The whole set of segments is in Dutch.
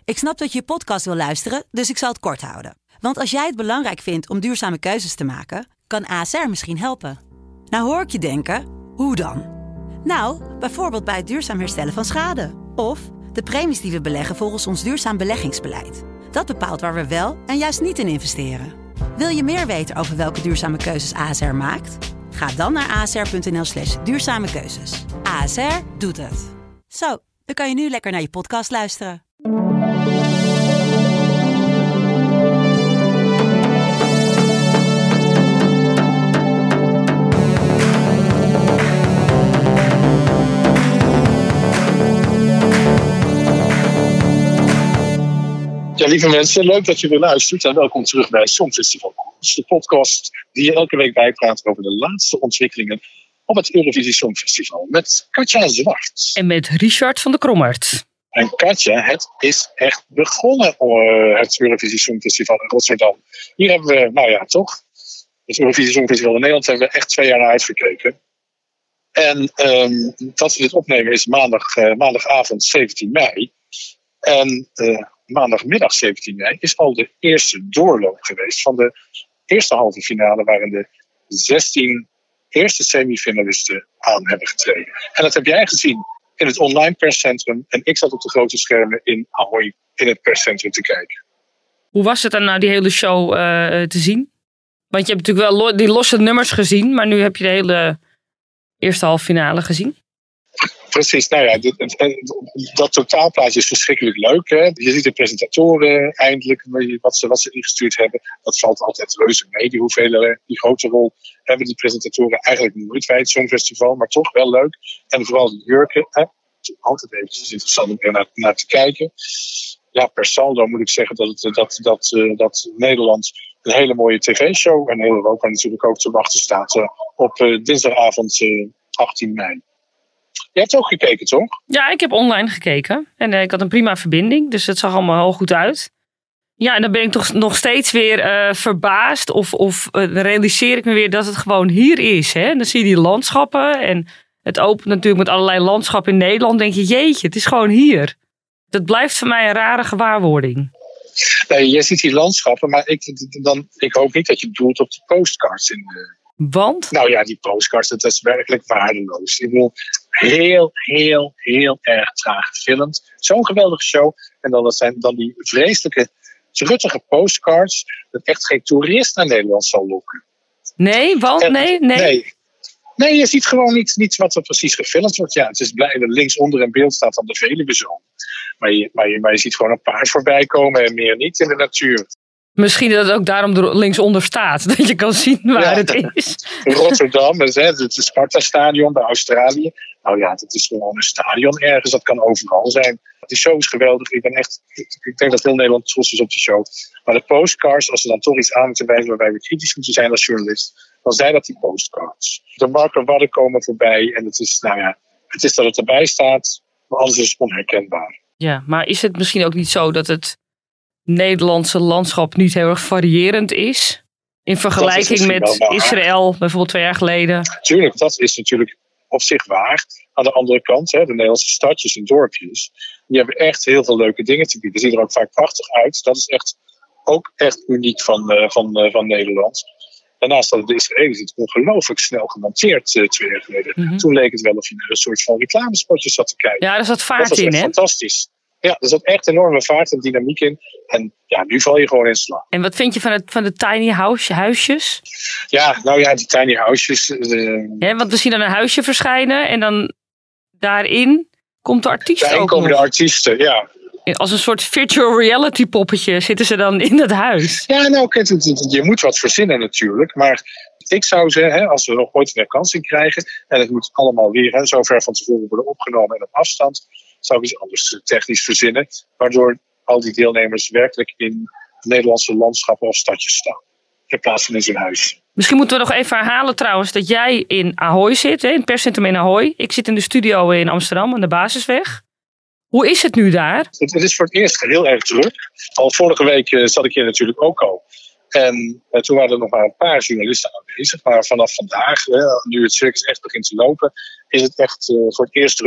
Ik snap dat je podcast wil luisteren, dus ik zal het kort houden. Want als jij het belangrijk vindt om duurzame keuzes te maken, kan ASR misschien helpen. Nou hoor ik je denken, hoe dan? Nou, bijvoorbeeld bij het duurzaam herstellen van schade. Of de premies die we beleggen volgens ons duurzaam beleggingsbeleid. Dat bepaalt waar we wel en juist niet in investeren. Wil je meer weten over welke duurzame keuzes ASR maakt? Ga dan naar asr.nl/duurzame keuzes. ASR doet het. Zo, dan kan je nu lekker naar je podcast luisteren. Ja, lieve mensen, leuk dat je weer luistert en welkom terug bij Songfestival. De podcast die je elke week bijpraat over de laatste ontwikkelingen op het Eurovisie Songfestival. Met Katja Zwart. En met Richard van de Krommert. En Katja, het is echt begonnen, het Eurovisie Songfestival in Rotterdam. Hier hebben we, toch, het Eurovisie Songfestival in Nederland hebben we echt 2 jaar naar uitgekeken. En dat we dit opnemen is maandagavond 17 mei. En maandagmiddag 17 mei is al de eerste doorloop geweest van de eerste halve finale, waarin de 16 eerste semifinalisten aan hebben getreden. En dat heb jij gezien in het online perscentrum en ik zat op de grote schermen in Ahoy in het perscentrum te kijken. Hoe was het dan nou die hele show te zien? Want je hebt natuurlijk wel die losse nummers gezien, maar nu heb je de hele eerste halve finale gezien. Precies, nou ja, dat totaalplaatje is verschrikkelijk leuk. Hè? Je ziet de presentatoren eindelijk, wat ze ingestuurd hebben. Dat valt altijd reuze mee, die grote rol hebben die presentatoren eigenlijk nooit bij het Songfestival, maar toch wel leuk. En vooral de jurken, hè? Altijd eventjes interessant om er naar te kijken. Ja, per saldo moet ik zeggen dat Nederland een hele mooie tv-show en heel Europa natuurlijk ook te wachten staat op dinsdagavond 18 mei. Je hebt ook gekeken, toch? Ja, ik heb online gekeken. En ik had een prima verbinding. Dus het zag allemaal heel goed uit. Ja, en dan ben ik toch nog steeds weer verbaasd. Of realiseer ik me weer dat het gewoon hier is. Hè? Dan zie je die landschappen. En het opent natuurlijk met allerlei landschappen in Nederland. Dan denk je, jeetje, het is gewoon hier. Dat blijft voor mij een rare gewaarwording. Nee, jij ziet die landschappen. Maar ik hoop niet dat je doelt op de postcards in Want? Nou ja, die postcards, dat is werkelijk waardeloos. Ik bedoel, heel erg traag gefilmd. Zo'n geweldige show. En dat zijn dan die vreselijke, truttige postcards. Dat echt geen toerist naar Nederland zal lokken. Nee, want? Nee. Nee, je ziet gewoon niet wat er precies gefilmd wordt. Ja, het is blij dat linksonder in beeld staat dan de Veluwezoom. Maar je ziet gewoon een paard voorbij komen en meer niet in de natuur. Misschien dat het ook daarom linksonder staat. Dat je kan zien waar het is. Rotterdam, het Sparta-stadion bij Australië. Nou ja, het is gewoon een stadion ergens. Dat kan overal zijn. Die show is geweldig. Ik denk dat heel Nederland trots is op die show. Maar de postcards, als ze dan toch iets aan moeten wijzen waarbij we kritisch moeten zijn als journalist, dan zijn dat die postcards. De Marco Wadden komen voorbij. En het is dat het erbij staat. Maar anders is het onherkenbaar. Ja, maar is het misschien ook niet zo dat het Nederlandse landschap niet heel erg variërend is? In vergelijking met Israël, bijvoorbeeld 2 jaar geleden. Tuurlijk, dat is natuurlijk op zich waar. Aan de andere kant, de Nederlandse stadjes en dorpjes, die hebben echt heel veel leuke dingen te bieden. Zien er ook vaak prachtig uit. Dat is ook echt uniek van Nederland. Daarnaast hadden de Israëli's het ongelooflijk snel gemonteerd 2 jaar geleden. Mm-hmm. Toen leek het wel of je naar een soort van reclamespotjes zat te kijken. Ja, daar zat vaart in, hè? Fantastisch. Ja, er zat echt enorme vaart en dynamiek in. En ja, nu val je gewoon in slag. En wat vind je van de tiny huisjes? Ja, nou ja, die tiny houses. Ja, want we zien dan een huisje verschijnen en dan daarin komt de artiest ook daarin komen de artiesten, ja. Als een soort virtual reality poppetje zitten ze dan in het huis. Ja, nou, je moet wat verzinnen natuurlijk. Maar ik zou zeggen, als we nog ooit een herkansing krijgen en het moet allemaal weer zo ver van tevoren worden opgenomen en op afstand, zou ik iets anders technisch verzinnen, waardoor al die deelnemers werkelijk in Nederlandse landschappen of stadjes staan. In plaats van in zo'n huis. Misschien moeten we nog even herhalen trouwens dat jij in Ahoy zit, in het perscentrum in Ahoy. Ik zit in de studio in Amsterdam aan de Basisweg. Hoe is het nu daar? Het is voor het eerst heel erg druk. Al vorige week zat ik hier natuurlijk ook al. En toen waren er nog maar een paar journalisten aanwezig. Maar vanaf vandaag, nu het circus echt begint te lopen, is het echt voor het eerst druk.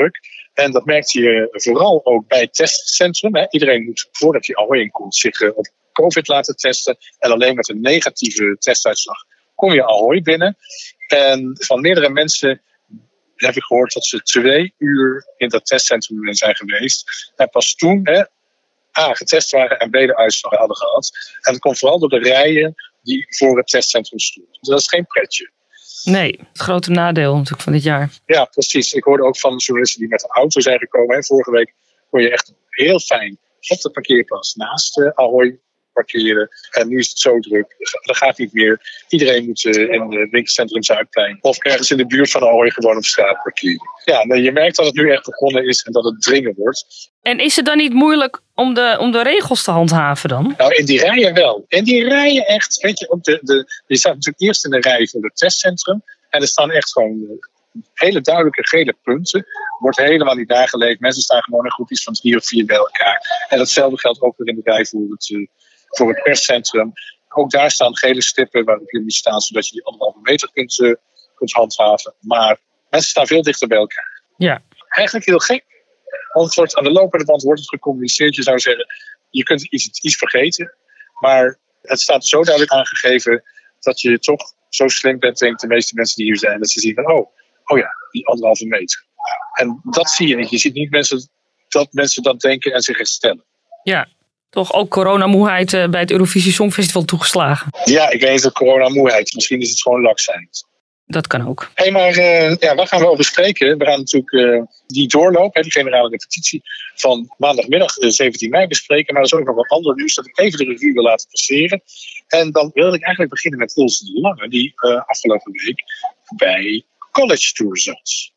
En dat merkte je vooral ook bij het testcentrum. Hè. Iedereen moet, voordat hij Ahoy inkomt, zich op COVID laten testen. En alleen met een negatieve testuitslag kom je Ahoy binnen. En van meerdere mensen heb ik gehoord dat ze 2 uur in dat testcentrum zijn geweest. En pas toen A, getest waren en B, de uitslag hadden gehad. En dat komt vooral door de rijen die voor het testcentrum stonden. Dus dat is geen pretje. Nee, het grote nadeel natuurlijk van dit jaar. Ja, precies. Ik hoorde ook van journalisten die met een auto zijn gekomen. Hè. Vorige week kon je echt heel fijn op de parkeerplaats naast Ahoy parkeren. En nu is het zo druk. Dat gaat niet meer. Iedereen moet in het winkelcentrum Zuidplein of ergens in de buurt van Ahoy gewoon op straat parkeren. Ja, nee, je merkt dat het nu echt begonnen is en dat het dringen wordt. En is het dan niet moeilijk om de regels te handhaven dan? Nou, in die rijen wel. In die rijen echt, weet je, je staat natuurlijk eerst in de rij voor het testcentrum. En er staan echt gewoon hele duidelijke gele punten. Wordt helemaal niet nageleefd. Mensen staan gewoon in groepjes van 3 of 4 bij elkaar. En datzelfde geldt ook weer in de rij voor het perscentrum. Ook daar staan gele stippen waarop je niet staat, zodat je die 1,5 meter kunt handhaven. Maar mensen staan veel dichter bij elkaar. Ja. Eigenlijk heel gek. Want aan de lopende band wordt het gecommuniceerd. Je zou zeggen, je kunt iets vergeten. Maar het staat zo duidelijk aangegeven dat je toch zo slim bent, denk de meeste mensen die hier zijn. Dat ze zien van, oh ja, die 1,5 meter. En dat zie je niet. Je ziet niet dat mensen dat denken en zich herstellen. Ja, toch ook coronamoeheid bij het Eurovisie Songfestival toegeslagen. Ja, ik weet niet of coronamoeheid. Misschien is het gewoon laksheid. Dat kan ook. Hey, maar waar gaan we over spreken? We gaan natuurlijk die doorloop, die generale repetitie van maandagmiddag 17 mei bespreken. Maar er is ook nog wat ander nieuws dat ik even de revue wil laten passeren. En dan wil ik eigenlijk beginnen met Ilse de Lange, die afgelopen week bij College Tour zat.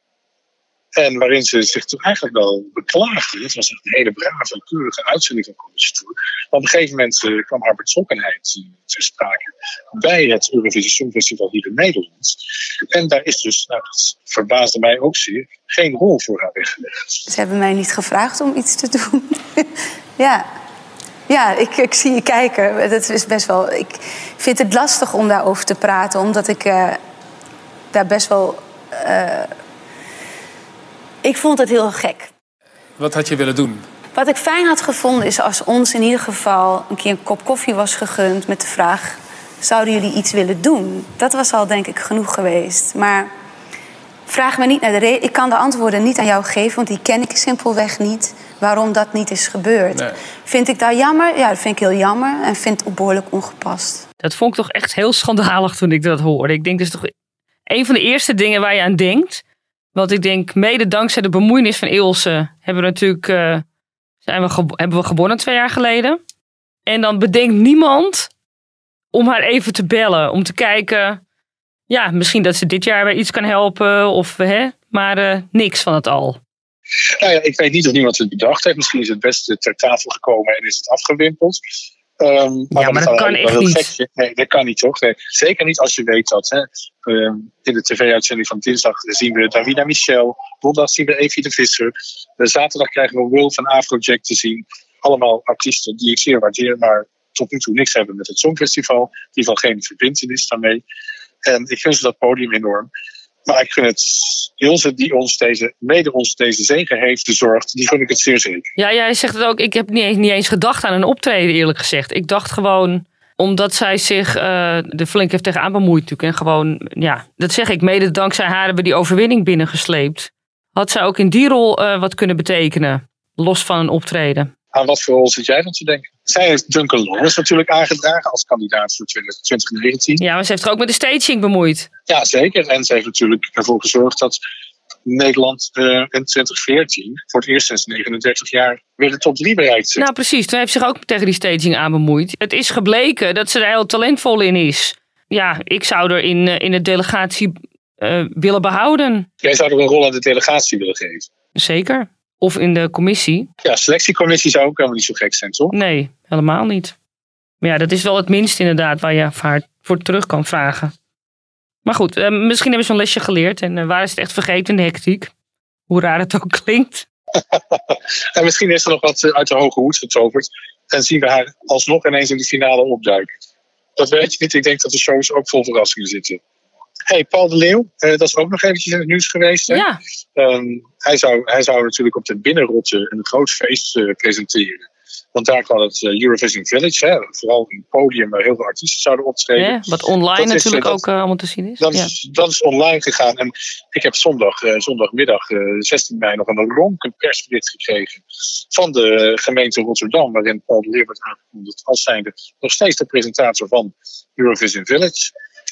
En waarin ze zich toch eigenlijk wel beklaagde. Het was een hele brave, keurige uitzending van College Tour. Maar op een gegeven moment kwam haar betrokkenheid ter sprake bij het Eurovisie Songfestival hier in Nederland. En daar is dus, dat verbaasde mij ook zeer, geen rol voor haar weggelegd. Ze hebben mij niet gevraagd om iets te doen. Ja, ik zie je kijken. Dat is best wel. Ik vind het lastig om daarover te praten, omdat ik daar best wel. Ik vond het heel gek. Wat had je willen doen? Wat ik fijn had gevonden is als ons in ieder geval een keer een kop koffie was gegund met de vraag: zouden jullie iets willen doen? Dat was al denk ik genoeg geweest. Maar vraag me niet naar de reden. Ik kan de antwoorden niet aan jou geven, want die ken ik simpelweg niet. Waarom dat niet is gebeurd. Nee. Vind ik dat jammer? Ja, dat vind ik heel jammer en vind het behoorlijk ongepast. Dat vond ik toch echt heel schandalig toen ik dat hoorde. Ik denk dat is toch een van de eerste dingen waar je aan denkt. Want ik denk, mede dankzij de bemoeienis van Ilse hebben we natuurlijk hebben we gewonnen 2 jaar geleden. En dan bedenkt niemand om haar even te bellen. Om te kijken, ja, misschien dat ze dit jaar bij iets kan helpen. Maar niks van het al. Nou ja, ik weet niet of niemand het bedacht heeft. Misschien is het best ter tafel gekomen en is het afgewimpeld. Maar dat kan echt niet. Nee, dat kan niet, toch? Nee, zeker niet als je weet dat. Hè, in de tv-uitzending van dinsdag zien we Davina Michel. Donderdag zien we Evie de Visser. Zaterdag krijgen we Will van Afrojack te zien. Allemaal artiesten die ik zeer waardeer, maar tot nu toe niks hebben met het Songfestival. In ieder geval geen verbintenis daarmee. En ik gun ze dat podium enorm. Maar ik gun het Ilse die ons deze zegen heeft bezorgd. Die gun ik het zeer zeker. Ja, jij zegt het ook. Ik heb niet eens gedacht aan een optreden, eerlijk gezegd. Ik dacht gewoon, omdat zij zich er flink heeft tegenaan bemoeid natuurlijk. En gewoon, ja, dat zeg ik. Mede dankzij haar hebben we die overwinning binnengesleept. Had zij ook in die rol wat kunnen betekenen? Los van een optreden. Aan wat voor rol zit jij dan te denken? Zij heeft Duncan Lawrence natuurlijk aangedragen als kandidaat voor 2019. Ja, maar ze heeft er ook met de staging bemoeid. Ja, zeker. En ze heeft natuurlijk ervoor gezorgd dat Nederland in 2014 voor het eerst sinds 39 jaar weer de top 3 bereikt. Nou precies, toen heeft ze zich ook tegen die staging aan bemoeid. Het is gebleken dat ze er heel talentvol in is. Ja, ik zou er in de delegatie willen behouden. Jij zou er een rol aan de delegatie willen geven? Zeker. Of in de commissie. Ja, selectiecommissie zou ook helemaal niet zo gek zijn, toch? Nee, helemaal niet. Maar ja, dat is wel het minst inderdaad waar je haar voor terug kan vragen. Maar goed, misschien hebben ze een lesje geleerd. En waar is het echt vergeten in de hectiek? Hoe raar het ook klinkt. En misschien is er nog wat uit de hoge hoed getoverd. En zien we haar alsnog ineens in de finale opduiken. Dat weet je niet. Ik denk dat de shows ook vol verrassingen zitten. Hey, Paul de Leeuw, dat is ook nog eventjes in het nieuws geweest. Hè? Ja, Hij zou natuurlijk op de Binnenrotte een groot feest presenteren. Want daar kwam het Eurovision Village, hè? Vooral een podium waar heel veel artiesten zouden optreden. wat online Dat is, natuurlijk dat- ook allemaal te zien is. Dat is online gegaan. En ik heb zondagmiddag 16 mei nog een lonken persbericht gekregen van de gemeente Rotterdam, waarin Paul de Leeuw wordt aangekondigd als zijnde nog steeds de presentator van Eurovision Village.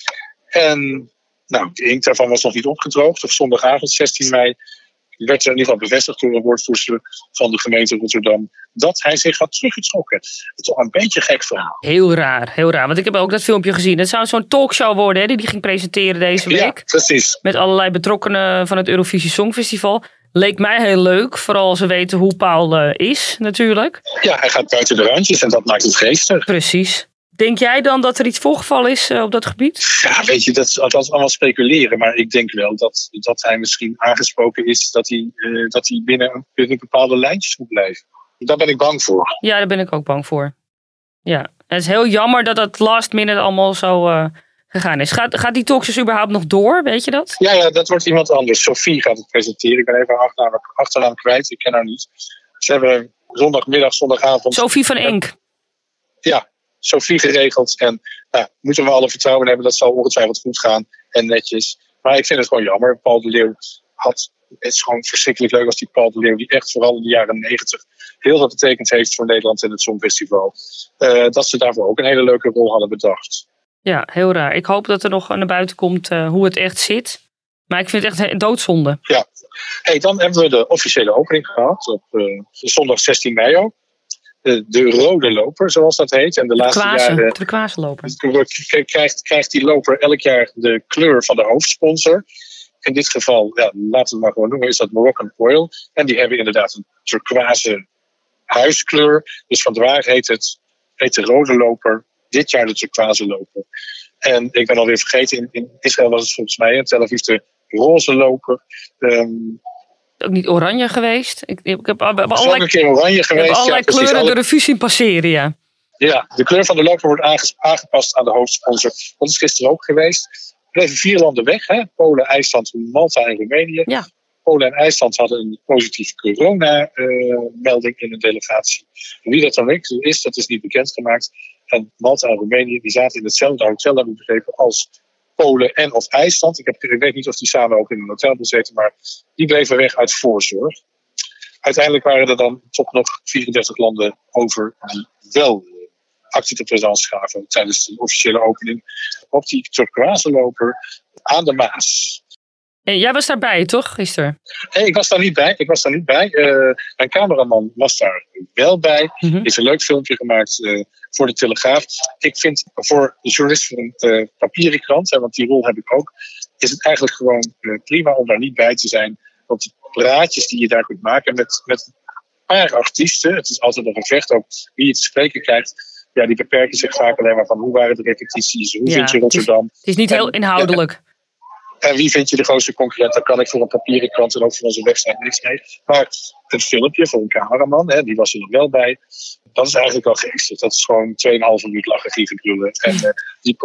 En de inkt daarvan was nog niet opgedroogd. Op zondagavond 16 mei werd er in ieder geval bevestigd door een woordvoerder van de gemeente Rotterdam dat hij zich had teruggetrokken. Het is toch een beetje een gek verhaal. Heel raar, heel raar. Want ik heb ook dat filmpje gezien. Het zou zo'n talkshow worden, hè, die ging presenteren deze week. Ja, precies. Met allerlei betrokkenen van het Eurovisie Songfestival. Leek mij heel leuk, vooral als we weten hoe Paul is, natuurlijk. Ja, hij gaat buiten de randjes en dat maakt het geestig. Precies. Denk jij dan dat er iets voorgevallen is op dat gebied? Ja, weet je, dat is allemaal speculeren. Maar ik denk wel dat hij misschien aangesproken is dat hij binnen bepaalde lijntjes moet blijven. Daar ben ik bang voor. Ja, daar ben ik ook bang voor. Ja, het is heel jammer dat het last minute allemaal zo gegaan is. Gaat die talkshows überhaupt nog door, weet je dat? Ja, dat wordt iemand anders. Sophie gaat het presenteren. Ik ben even haar achternaam kwijt. Ik ken haar niet. Ze hebben zondagavond... Sophie van Enk. Ja, Sophie geregeld. En moeten we alle vertrouwen hebben. Dat zal ongetwijfeld goed gaan. En netjes. Maar ik vind het gewoon jammer. Paul de Leeuw het is gewoon verschrikkelijk leuk als die Paul de Leeuw, die echt vooral in de jaren 90 heel veel betekend heeft voor Nederland en het Songfestival. Dat ze daarvoor ook een hele leuke rol hadden bedacht. Ja, heel raar. Ik hoop dat er nog naar buiten komt hoe het echt zit. Maar ik vind het echt een doodzonde. Ja. Hey, dan hebben we de officiële opening gehad op zondag 16 mei ook. De rode loper, zoals dat heet. En de laatste jaren de Kwazenloper. krijgt die loper elk jaar de kleur van de hoofdsponsor. In dit geval, laten we het maar gewoon noemen, is dat Moroccan Oil. En die hebben inderdaad een turquoise huiskleur. Dus vandaar heet de rode loper dit jaar de turquoise loper. En ik ben alweer vergeten, in Israël was het volgens mij in Tel Aviv de roze loper. Ook niet oranje geweest. Ik heb een keer oranje geweest. Allerlei kleuren de revue zien passeren, ja. Ja, de kleur van de loper wordt aangepast aan de hoofdsponsor. Dat is gisteren ook geweest. Er bleven 4 landen weg, hè? Polen, IJsland, Malta en Roemenië. Ja. Polen en IJsland hadden een positieve corona-melding in een delegatie. Wie dat dan is, dat is niet bekendgemaakt. En Malta en Roemenië die zaten in hetzelfde hotel, heb ik begrepen, als Polen en of IJsland. Ik weet niet of die samen ook in een hotel bezeten, maar die bleven weg uit voorzorg. Uiteindelijk waren er dan toch nog 34 landen over die wel actie de présence gaven tijdens de officiële opening op die turquoise loper aan de Maas. En jij was daarbij, toch, gisteren? Nee, ik was daar niet bij. Mijn cameraman was daar wel bij. Mm-hmm. Heeft een leuk filmpje gemaakt voor de Telegraaf. Ik vind voor de journalist van een papieren krant, want die rol heb ik ook, is het eigenlijk gewoon prima om daar niet bij te zijn. Want de praatjes die je daar kunt maken met een paar artiesten, het is altijd nog een vecht ook wie je te spreken krijgt, ja, die beperken zich vaak alleen maar van hoe waren de repetities, hoe vind je Rotterdam. Het is niet heel inhoudelijk. En wie vind je de grootste concurrent? Daar kan ik voor een papieren krant en ook voor onze website niks mee. Maar een filmpje voor een cameraman, die was er nog wel bij. Dat is eigenlijk wel geestig. Dat is gewoon 2,5 minuut lachen, gieten, brullen. En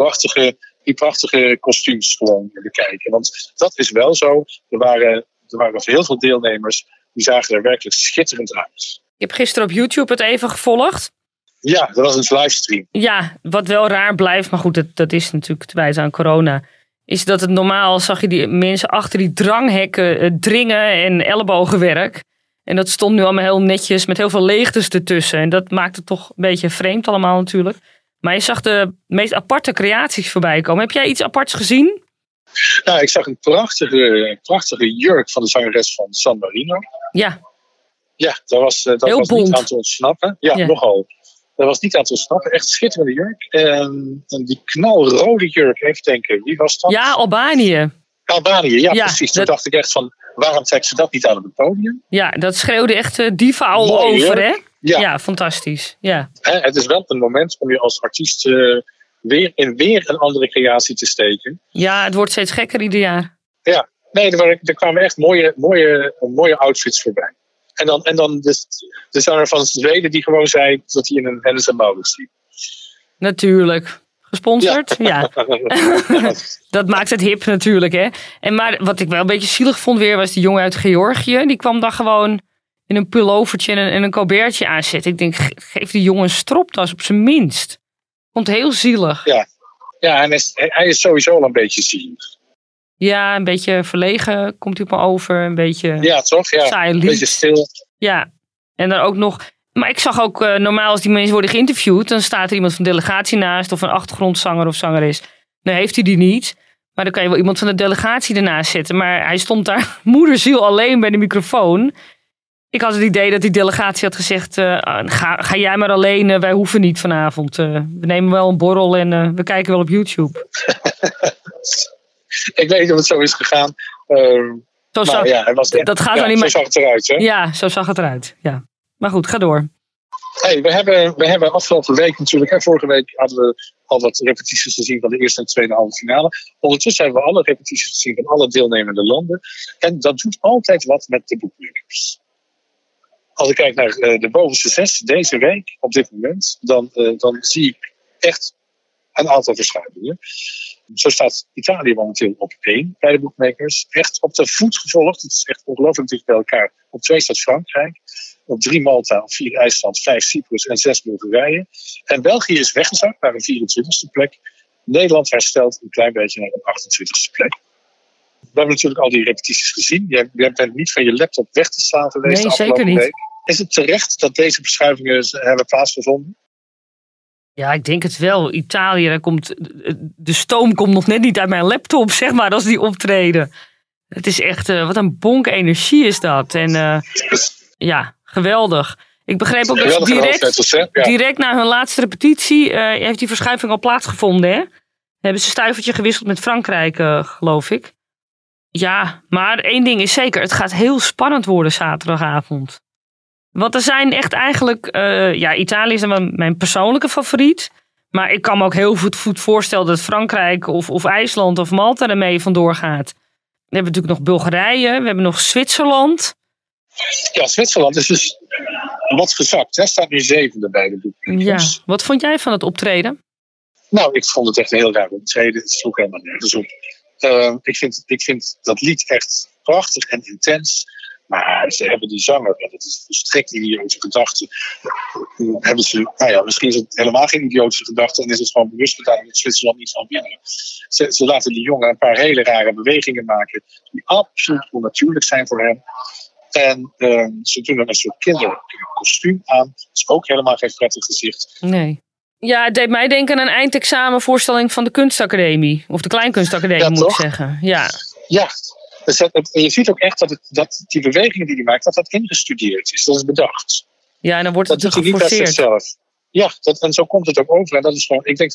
die prachtige kostuums gewoon bekijken. Want dat is wel zo. Er waren heel veel deelnemers. Die zagen er werkelijk schitterend uit. Ik heb gisteren op YouTube het even gevolgd. Ja, dat was een livestream. Ja, wat wel raar blijft, maar goed, dat is natuurlijk te wijten aan corona, is dat het normaal zag je die mensen achter die dranghekken dringen en ellebogenwerk. En dat stond nu allemaal heel netjes met heel veel leegtes ertussen. En dat maakt het toch een beetje vreemd allemaal natuurlijk. Maar je zag de meest aparte creaties voorbij komen. Heb jij iets aparts gezien? Nou, ik zag een prachtige jurk van de zangeres van San Marino. Ja. Ja, dat was niet aan te ontsnappen. Ja, nogal. Dat was niet aan te ontsnappen. Echt schitterende jurk. En die knalrode jurk, even denken. Wie was dat? Ja, Albanië. Albanië, ja precies. Toen dacht ik echt van, waarom trekt ze dat niet aan op het podium? Ja, dat schreeuwde echt diva al over, hè? Ja, fantastisch. Ja. Het is wel een moment om je als artiest weer een andere creatie te steken. Ja, het wordt steeds gekker ieder jaar. Ja, nee, er kwamen echt mooie outfits voorbij. En dan de zanger van Zweden die gewoon zei dat hij in een Hennes & Mauritz liep. Natuurlijk. gesponsord. Ja. Dat maakt het hip natuurlijk, hè. Maar wat ik wel een beetje zielig vond weer, was die jongen uit Georgië. Die kwam dan gewoon in een pullovertje en een colbertje aanzetten. Ik denk, geef die jongen een stropdas op zijn minst. Ik vond het heel zielig. Ja, en hij is sowieso al een beetje zielig. Ja, een beetje verlegen komt hij op me over. Een beetje ja, toch? Ja, saai een beetje stil. Ja, en dan ook nog... Maar ik zag ook, normaal als die mensen worden geïnterviewd, dan staat er iemand van de delegatie naast of een achtergrondzanger of zangeres. Nou heeft hij die niet, maar dan kan je wel iemand van de delegatie ernaast zetten. Maar hij stond daar moederziel alleen bij de microfoon. Ik had het idee dat die delegatie had gezegd, ga jij maar alleen, wij hoeven niet vanavond. We nemen wel een borrel en we kijken wel op YouTube. Ik weet niet of het zo is gegaan. Dat gaat wel niet meer. Zo zag het eruit, hè? Ja, zo zag het eruit, ja. Maar goed, ga door. Hey, we hebben afgelopen week natuurlijk, hè, vorige week hadden we al wat repetities gezien van de eerste en tweede halve finale. Ondertussen hebben we alle repetities gezien van alle deelnemende landen. En dat doet altijd wat met de boekmakers. Als ik kijk naar de bovenste 6 deze week, op dit moment, dan zie ik echt een aantal verschuivingen. Zo staat Italië momenteel op 1 bij de boekmakers. Echt op de voet gevolgd. Het is echt ongelooflijk dicht bij elkaar. Op 2 staat Frankrijk. Op 3 Malta, op 4 IJsland, 5 Cyprus en 6 Bulgarije. En België is weggezakt naar een 24e plek. Nederland herstelt een klein beetje naar een 28e plek. We hebben natuurlijk al die repetities gezien. Jij bent niet van je laptop weg te slaan geweest de afgelopen zeker niet. week. Is het terecht dat deze verschuivingen hebben plaatsgevonden? Ja, ik denk het wel. Italië, de stoom komt nog net niet uit mijn laptop, zeg maar, als die optreden. Het is echt, wat een bonk energie is dat. En ja, geweldig. Ik begreep ook dat direct na hun laatste repetitie heeft die verschuiving al plaatsgevonden. Hè? Hebben ze stuivertje gewisseld met Frankrijk, geloof ik. Ja, maar één ding is zeker. Het gaat heel spannend worden zaterdagavond. Want er zijn echt eigenlijk... Italië is dan mijn persoonlijke favoriet. Maar ik kan me ook heel goed voorstellen dat Frankrijk of IJsland of Malta ermee vandoor gaat. We hebben natuurlijk nog Bulgarije. We hebben nog Zwitserland. Ja, Zwitserland is dus wat gezakt. Hij staat nu 7e bij de boekmakers. Ja, wat vond jij van het optreden? Nou, ik vond het echt een heel raar optreden. Het sloeg helemaal nergens op. Ik vind dat lied echt prachtig en intens. Maar ze hebben die zanger, en dat is volstrekt idiotische gedachte. Hebben ze, misschien is het helemaal geen idiotische gedachte. En is het gewoon bewust gedaan dat Zwitserland niet zal winnen. Ze laten die jongen een paar hele rare bewegingen maken. Die absoluut onnatuurlijk zijn voor hem. En ze doen er een soort kinderkostuum aan. Dat is ook helemaal geen prettig gezicht. Nee. Ja, het deed mij denken aan een eindexamenvoorstelling van de kunstacademie. Of de kleinkunstacademie, moet ik zeggen. Ja. En je ziet ook echt dat die bewegingen die hij maakt, dat ingestudeerd is. Dat is bedacht. Ja, en dan wordt het dat geforceerd. Ja, en zo komt het ook over. En dat is gewoon, ik denk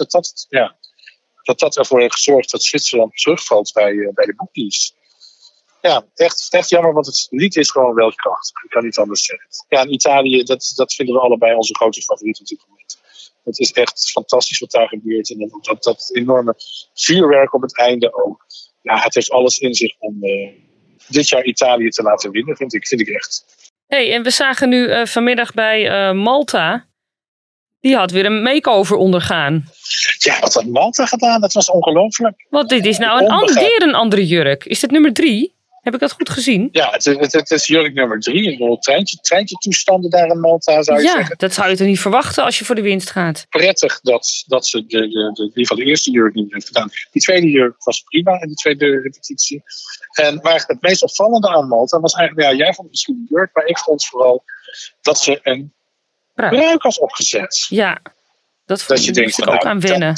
dat ervoor heeft gezorgd dat Zwitserland terugvalt bij de boekies. Ja, echt jammer, want het lied is gewoon wel krachtig. Ik kan niet anders zeggen. Ja, en Italië, dat vinden we allebei onze grote favoriet op dit moment. Het is echt fantastisch wat daar gebeurt. En dat enorme vuurwerk op het einde ook. Ja, het heeft alles in zich om dit jaar Italië te laten winnen, vind ik echt. Hey, en we zagen nu vanmiddag bij Malta. Die had weer een makeover ondergaan. Ja, wat had Malta gedaan? Dat was ongelooflijk. Want dit is nou weer een andere jurk. Is dit nummer 3? Heb ik dat goed gezien? Ja, het is jurk nummer 3. Een treintje toestanden daar in Malta, zou je zeggen. Ja, dat zou je toch niet verwachten als je voor de winst gaat? Prettig dat ze in ieder geval de eerste jurk niet heeft gedaan. Die tweede jurk was prima in de tweede repetitie. Maar het meest opvallende aan Malta was eigenlijk... Ja, jij vond misschien een jurk, maar ik vond vooral dat ze een pruik was opgezet. Ja, dat je denkt, ook aan wennen.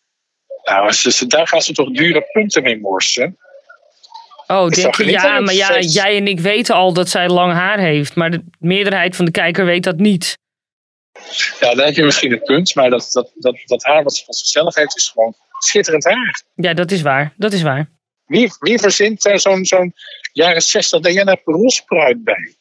Daar gaan ze toch dure punten mee morsen. Oh, denk je, maar jij en ik weten al dat zij lang haar heeft. Maar de meerderheid van de kijker weet dat niet. Ja, dan heb je misschien een punt. Maar dat haar wat ze van zichzelf heeft is gewoon schitterend haar. Ja, dat is waar. Wie verzint daar zo'n jaren 60 Diana Peros-pruik bij?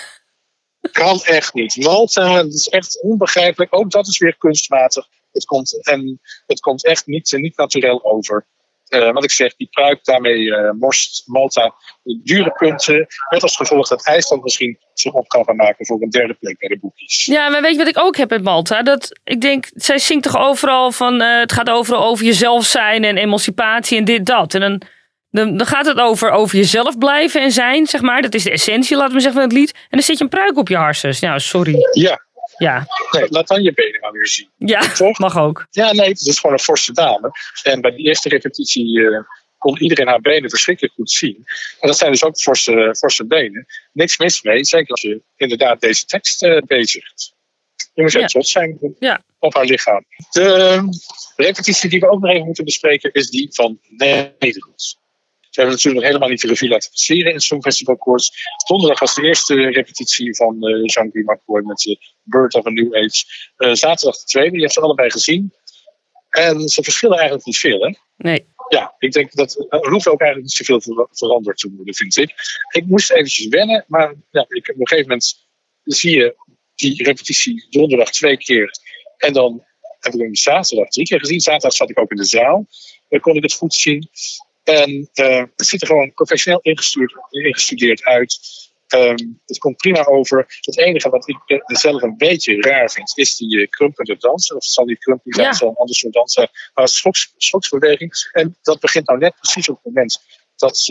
Kan echt niet. Malta, dat is echt onbegrijpelijk. Ook dat is weer kunstmatig. Het komt echt niet natuurlijk over. wat ik zeg, die pruik, daarmee morst Malta dure punten. Met als gevolg dat IJsland misschien zich op kan gaan maken voor een derde plek bij de boekies. Ja, maar weet je wat ik ook heb met Malta? Dat ik denk, zij zingt toch overal van het gaat overal over jezelf zijn en emancipatie en dit, dat. En dan gaat het over jezelf blijven en zijn, zeg maar. Dat is de essentie, laten we zeggen, van het lied. En dan zit je een pruik op je harses. Nou, sorry. Ja. Nee, laat dan je benen maar weer zien. Ja, toch? Mag ook. Ja, nee, het is gewoon een forse dame. En bij die eerste repetitie kon iedereen haar benen verschrikkelijk goed zien. En dat zijn dus ook forse benen. Niks mis mee, zeker als je inderdaad deze tekst bezigt. Je moet echt trots zijn op haar lichaam. De repetitie die we ook nog even moeten bespreken is die van Nederland. Ze hebben natuurlijk nog helemaal niet de revue laten passeren in het Songfestival Koorts. Donderdag was de eerste repetitie van Jean-Guy McCoy met Birth of a New Age. Zaterdag de tweede, je hebt ze allebei gezien. En ze verschillen eigenlijk niet veel, hè? Nee. Ja, ik denk dat er hoeft ook eigenlijk niet zoveel veranderd te worden, vind ik. Ik moest eventjes wennen, maar op een gegeven moment zie je die repetitie donderdag 2 keer. En dan heb ik hem zaterdag 3 keer gezien. Zaterdag zat ik ook in de zaal. Dan kon ik het goed zien. En het ziet er gewoon professioneel ingestudeerd uit. Het komt prima over. Het enige wat ik zelf een beetje raar vind, is die krumpende dansen. Of het zal niet krumpend zijn, het zal een ander soort dansen. Maar het schoksbeweging. En dat begint nou net precies op het moment dat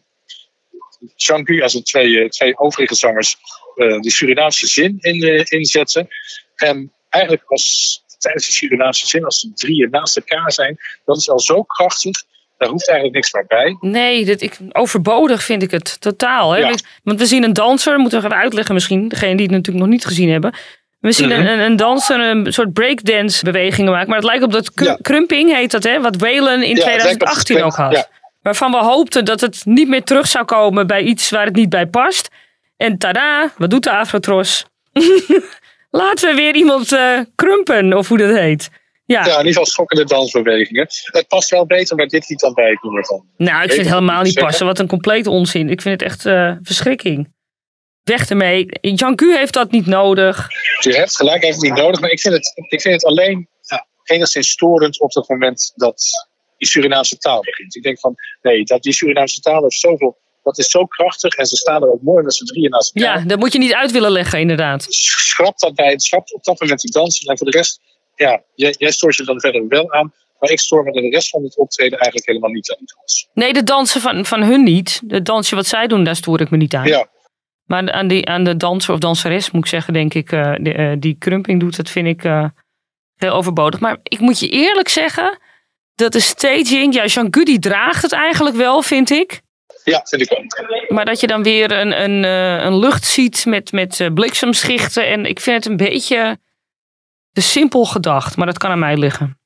Jean-Guy als de twee overige zangers die Surinaamse zin inzetten. En eigenlijk tijdens de Surinaamse zin, als de 3 naast elkaar zijn, dat is al zo krachtig. Daar hoeft eigenlijk niks meer bij. Nee, overbodig vind ik het totaal. Hè? Ja. Want we zien een danser, moeten we even uitleggen misschien, degene die het natuurlijk nog niet gezien hebben. We zien een danser een soort breakdance bewegingen maken. Maar het lijkt op dat krumping heet dat, hè? Wat Waylon in 2018 ook had. Ja. Waarvan we hoopten dat het niet meer terug zou komen bij iets waar het niet bij past. En tada, wat doet de Afrotros? Laten we weer iemand krumpen, of hoe dat heet. Ja, in ieder geval schokkende dansbewegingen. Het past wel beter bij dit lied dan bij het nummer van. Nou, ik vind het helemaal niet passen. Wat een complete onzin. Ik vind het echt verschrikking. Weg ermee. Jean-Guy heeft dat niet nodig. Je hebt gelijk, hij heeft het niet nodig. Maar ik vind het alleen enigszins storend op het moment dat die Surinaamse taal begint. Ik denk van, nee, die Surinaamse taal heeft zoveel. Dat is zo krachtig en ze staan er ook mooi met z'n 3 naast elkaar. Ja, dat moet je niet uit willen leggen, inderdaad. Schrap op dat moment die dansen. En voor de rest, jij stoort je dan verder wel aan. Maar ik stoor me de rest van het optreden eigenlijk helemaal niet aan. Nee, de dansen van hun niet. Het dansje wat zij doen, daar stoor ik me niet aan. Ja. Maar aan de danser of danseres, moet ik zeggen, denk ik, die krumping doet, dat vind ik heel overbodig. Maar ik moet je eerlijk zeggen, dat de staging, Jean-Guy die draagt het eigenlijk wel, vind ik. Ja, vind ik ook. Maar dat je dan weer een lucht ziet met bliksemschichten. En ik vind het een beetje te simpel gedacht. Maar dat kan aan mij liggen.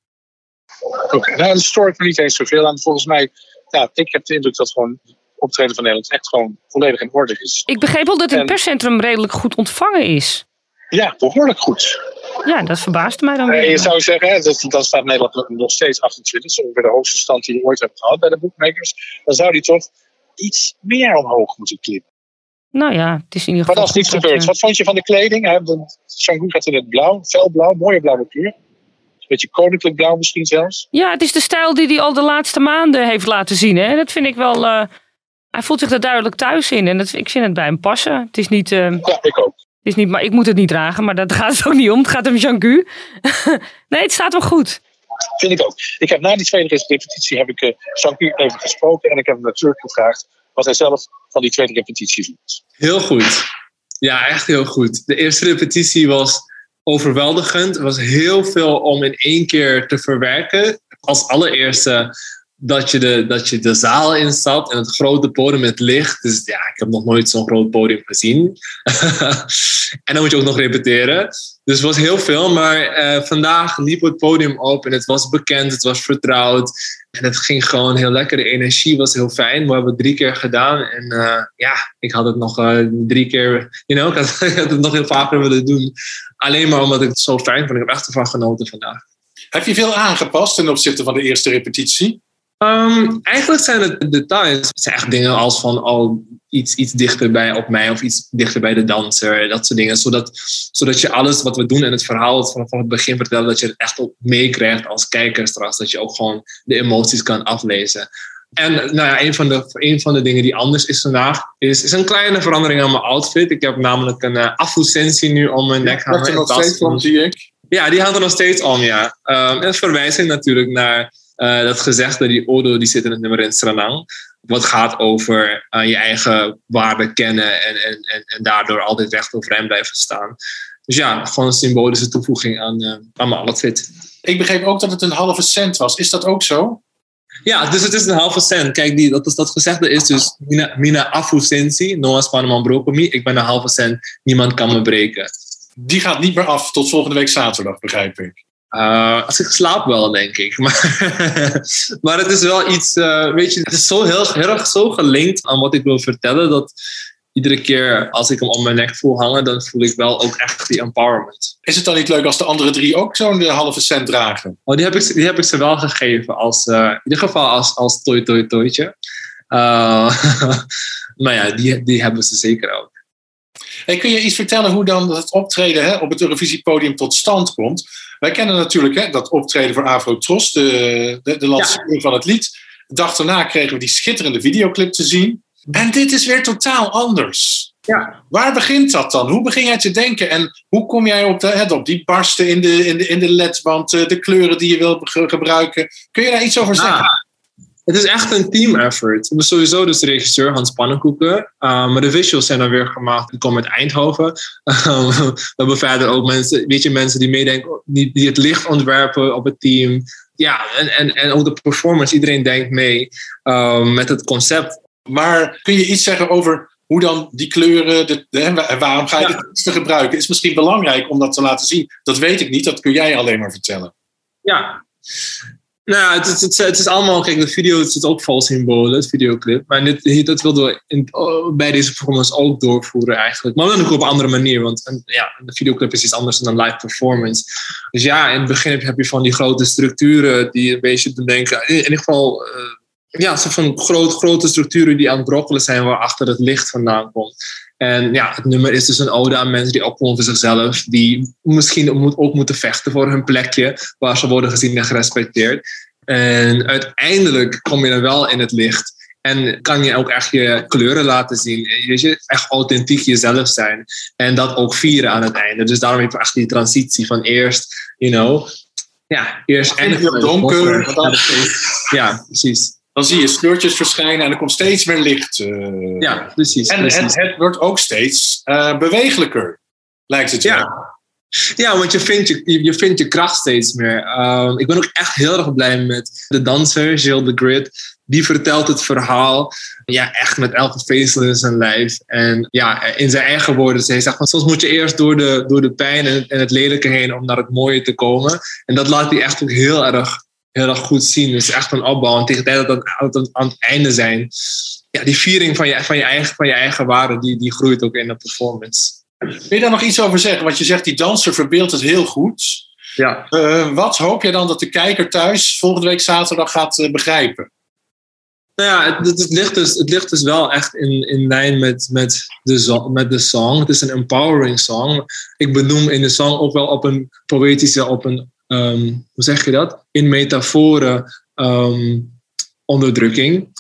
Oké, nou, daar stoor ik me niet eens zoveel aan. Volgens mij, ik heb de indruk dat gewoon het optreden van Nederland echt gewoon volledig in orde is. Ik begreep wel dat het perscentrum redelijk goed ontvangen is. Ja, behoorlijk goed. Ja, dat verbaasde mij dan weer. Je zou zeggen, dan staat Nederland nog steeds 28. Zo ongeveer de hoogste stand die je ooit hebt gehad bij de bookmakers. Dan zou die toch iets meer omhoog moeten klimmen. Nou ja, het is in ieder geval. Maar dat is niet gebeurd. Wat vond je van de kleding? Jean-Guy gaat in het blauw, felblauw, mooie blauwe kleur. Een beetje koninklijk blauw misschien zelfs. Ja, het is de stijl die hij al de laatste maanden heeft laten zien. Hè? Dat vind ik wel. Hij voelt zich er duidelijk thuis in. En ik vind het bij hem passen. Het is niet. Ja, ik ook. Het is niet, maar ik moet het niet dragen, maar daar gaat het ook niet om. Het gaat om Jean-Guy. Nee, het staat wel goed. Vind ik ook. Ik heb na die tweede repetitie heb ik Jean-Guy even gesproken en ik heb hem natuurlijk gevraagd wat hij zelf van die tweede repetitie vond. Heel goed. Ja, echt heel goed. De eerste repetitie was overweldigend. Er was heel veel om in 1 keer te verwerken. Als allereerste dat je de zaal instapt en het grote podium met licht. Dus ja, ik heb nog nooit zo'n groot podium gezien. En dan moet je ook nog repeteren. Dus het was heel veel, maar vandaag liep het podium op en het was bekend, het was vertrouwd. En het ging gewoon heel lekker, de energie was heel fijn. We hebben het 3 keer gedaan en ik had het nog 3 keer, ik had het nog heel vaker willen doen. Alleen maar omdat ik het zo fijn vond, ik heb echt ervan genoten vandaag. Heb je veel aangepast ten opzichte van de eerste repetitie? Eigenlijk zijn het details. Het zijn echt dingen als van iets dichterbij op mij of iets dichter bij de danser. Dat soort dingen. Zodat je alles wat we doen in het verhaal van het begin vertellen, dat je het echt ook meekrijgt als kijker straks. Dat je ook gewoon de emoties kan aflezen. En nou ja, een van de dingen die anders is vandaag, is een kleine verandering aan mijn outfit. Ik heb namelijk een afro-sensie nu om mijn nek hangen. Dat er nog steeds om, zie ik. Ja, die hangt er nog steeds om, ja. Een verwijzing natuurlijk naar dat gezegde, die Odo, die zit in het nummer in Sranang. Wat gaat over je eigen waarde kennen en daardoor altijd recht overeind blijven staan. Dus ja, gewoon een symbolische toevoeging aan mijn outfit. Ik begreep ook dat het een halve cent was. Is dat ook zo? Ja, dus het is een halve cent. Kijk, dat gezegde is dus Mina Afro-sensi, Noah Spaneman Brokomi. Ik ben een halve cent, niemand kan me breken. Die gaat niet meer af tot volgende week zaterdag, begrijp ik. Als ik slaap wel, denk ik. Maar het is wel iets, weet je, het is zo heel erg zo gelinkt aan wat ik wil vertellen, dat iedere keer als ik hem om mijn nek voel hangen, dan voel ik wel ook echt die empowerment. Is het dan niet leuk als de andere 3 ook zo'n halve cent dragen? Oh, die heb ik ze wel gegeven, in ieder geval als toytje. Maar ja, die hebben ze zeker ook. Hey, kun je iets vertellen hoe dan het optreden op het Eurovisiepodium tot stand komt? Wij kennen natuurlijk dat optreden voor Afro-Tros, de lancering van het lied. De dag daarna kregen we die schitterende videoclip te zien. En dit is weer totaal anders. Ja. Waar begint dat dan? Hoe begin jij te denken? En hoe kom jij op die barsten in de ledband, de kleuren die je wil gebruiken? Kun je daar iets over zeggen? Het is echt een team effort. We hebben sowieso dus de regisseur Hans Pannenkoeken. Maar de visuals zijn dan weer gemaakt. Die komen uit Eindhoven. We hebben verder ook mensen die meedenken, die het licht ontwerpen op het team. Ja, en ook de performance. Iedereen denkt mee met het concept. Maar kun je iets zeggen over hoe dan die kleuren, waarom ga je dit te gebruiken? Is misschien belangrijk om dat te laten zien. Dat weet ik niet, dat kun jij alleen maar vertellen. Ja. Nou, het is allemaal, kijk, de video zit ook vol symbolen, het videoclip. Maar dat wilden we bij deze performance ook doorvoeren eigenlijk. Maar dan ook op een andere manier, want de videoclip is iets anders dan een live performance. Dus ja, in het begin heb je van die grote structuren die een beetje te denken, in ieder geval, soort van grote structuren die aan het brokkelen zijn waarachter het licht vandaan komt. En ja, het nummer is dus een ode aan mensen die opkomen voor zichzelf, die misschien ook moeten vechten voor hun plekje, waar ze worden gezien en gerespecteerd. En uiteindelijk kom je dan wel in het licht en kan je ook echt je kleuren laten zien. Weet je, echt authentiek jezelf zijn en dat ook vieren aan het einde. Dus daarom heb je echt die transitie van eerst, eerst en donker. Ja, precies. Dan zie je scheurtjes verschijnen en er komt steeds meer licht. Ja, precies. En het wordt ook steeds bewegelijker, lijkt het wel. Ja, want je vindt je kracht steeds meer. Ik ben ook echt heel erg blij met de danser, Gilles de Grid. Die vertelt het verhaal echt met elke vezel in zijn lijf. En in zijn eigen woorden. Hij zegt van soms moet je eerst door de pijn en het lelijke heen om naar het mooie te komen. En dat laat hij echt ook heel erg goed zien. Dus echt een opbouw. En tegen de tijd dat we aan het einde zijn. Ja, die viering van je eigen waarde, die groeit ook in de performance. Wil je daar nog iets over zeggen? Want je zegt die danser verbeeldt het heel goed. Ja. Wat hoop je dan dat de kijker thuis volgende week zaterdag gaat begrijpen? Nou ja, het ligt dus wel echt in lijn met de song. Het is een empowering song. Ik benoem in de song ook wel op een poëtische, hoe zeg je dat? In metaforen onderdrukking.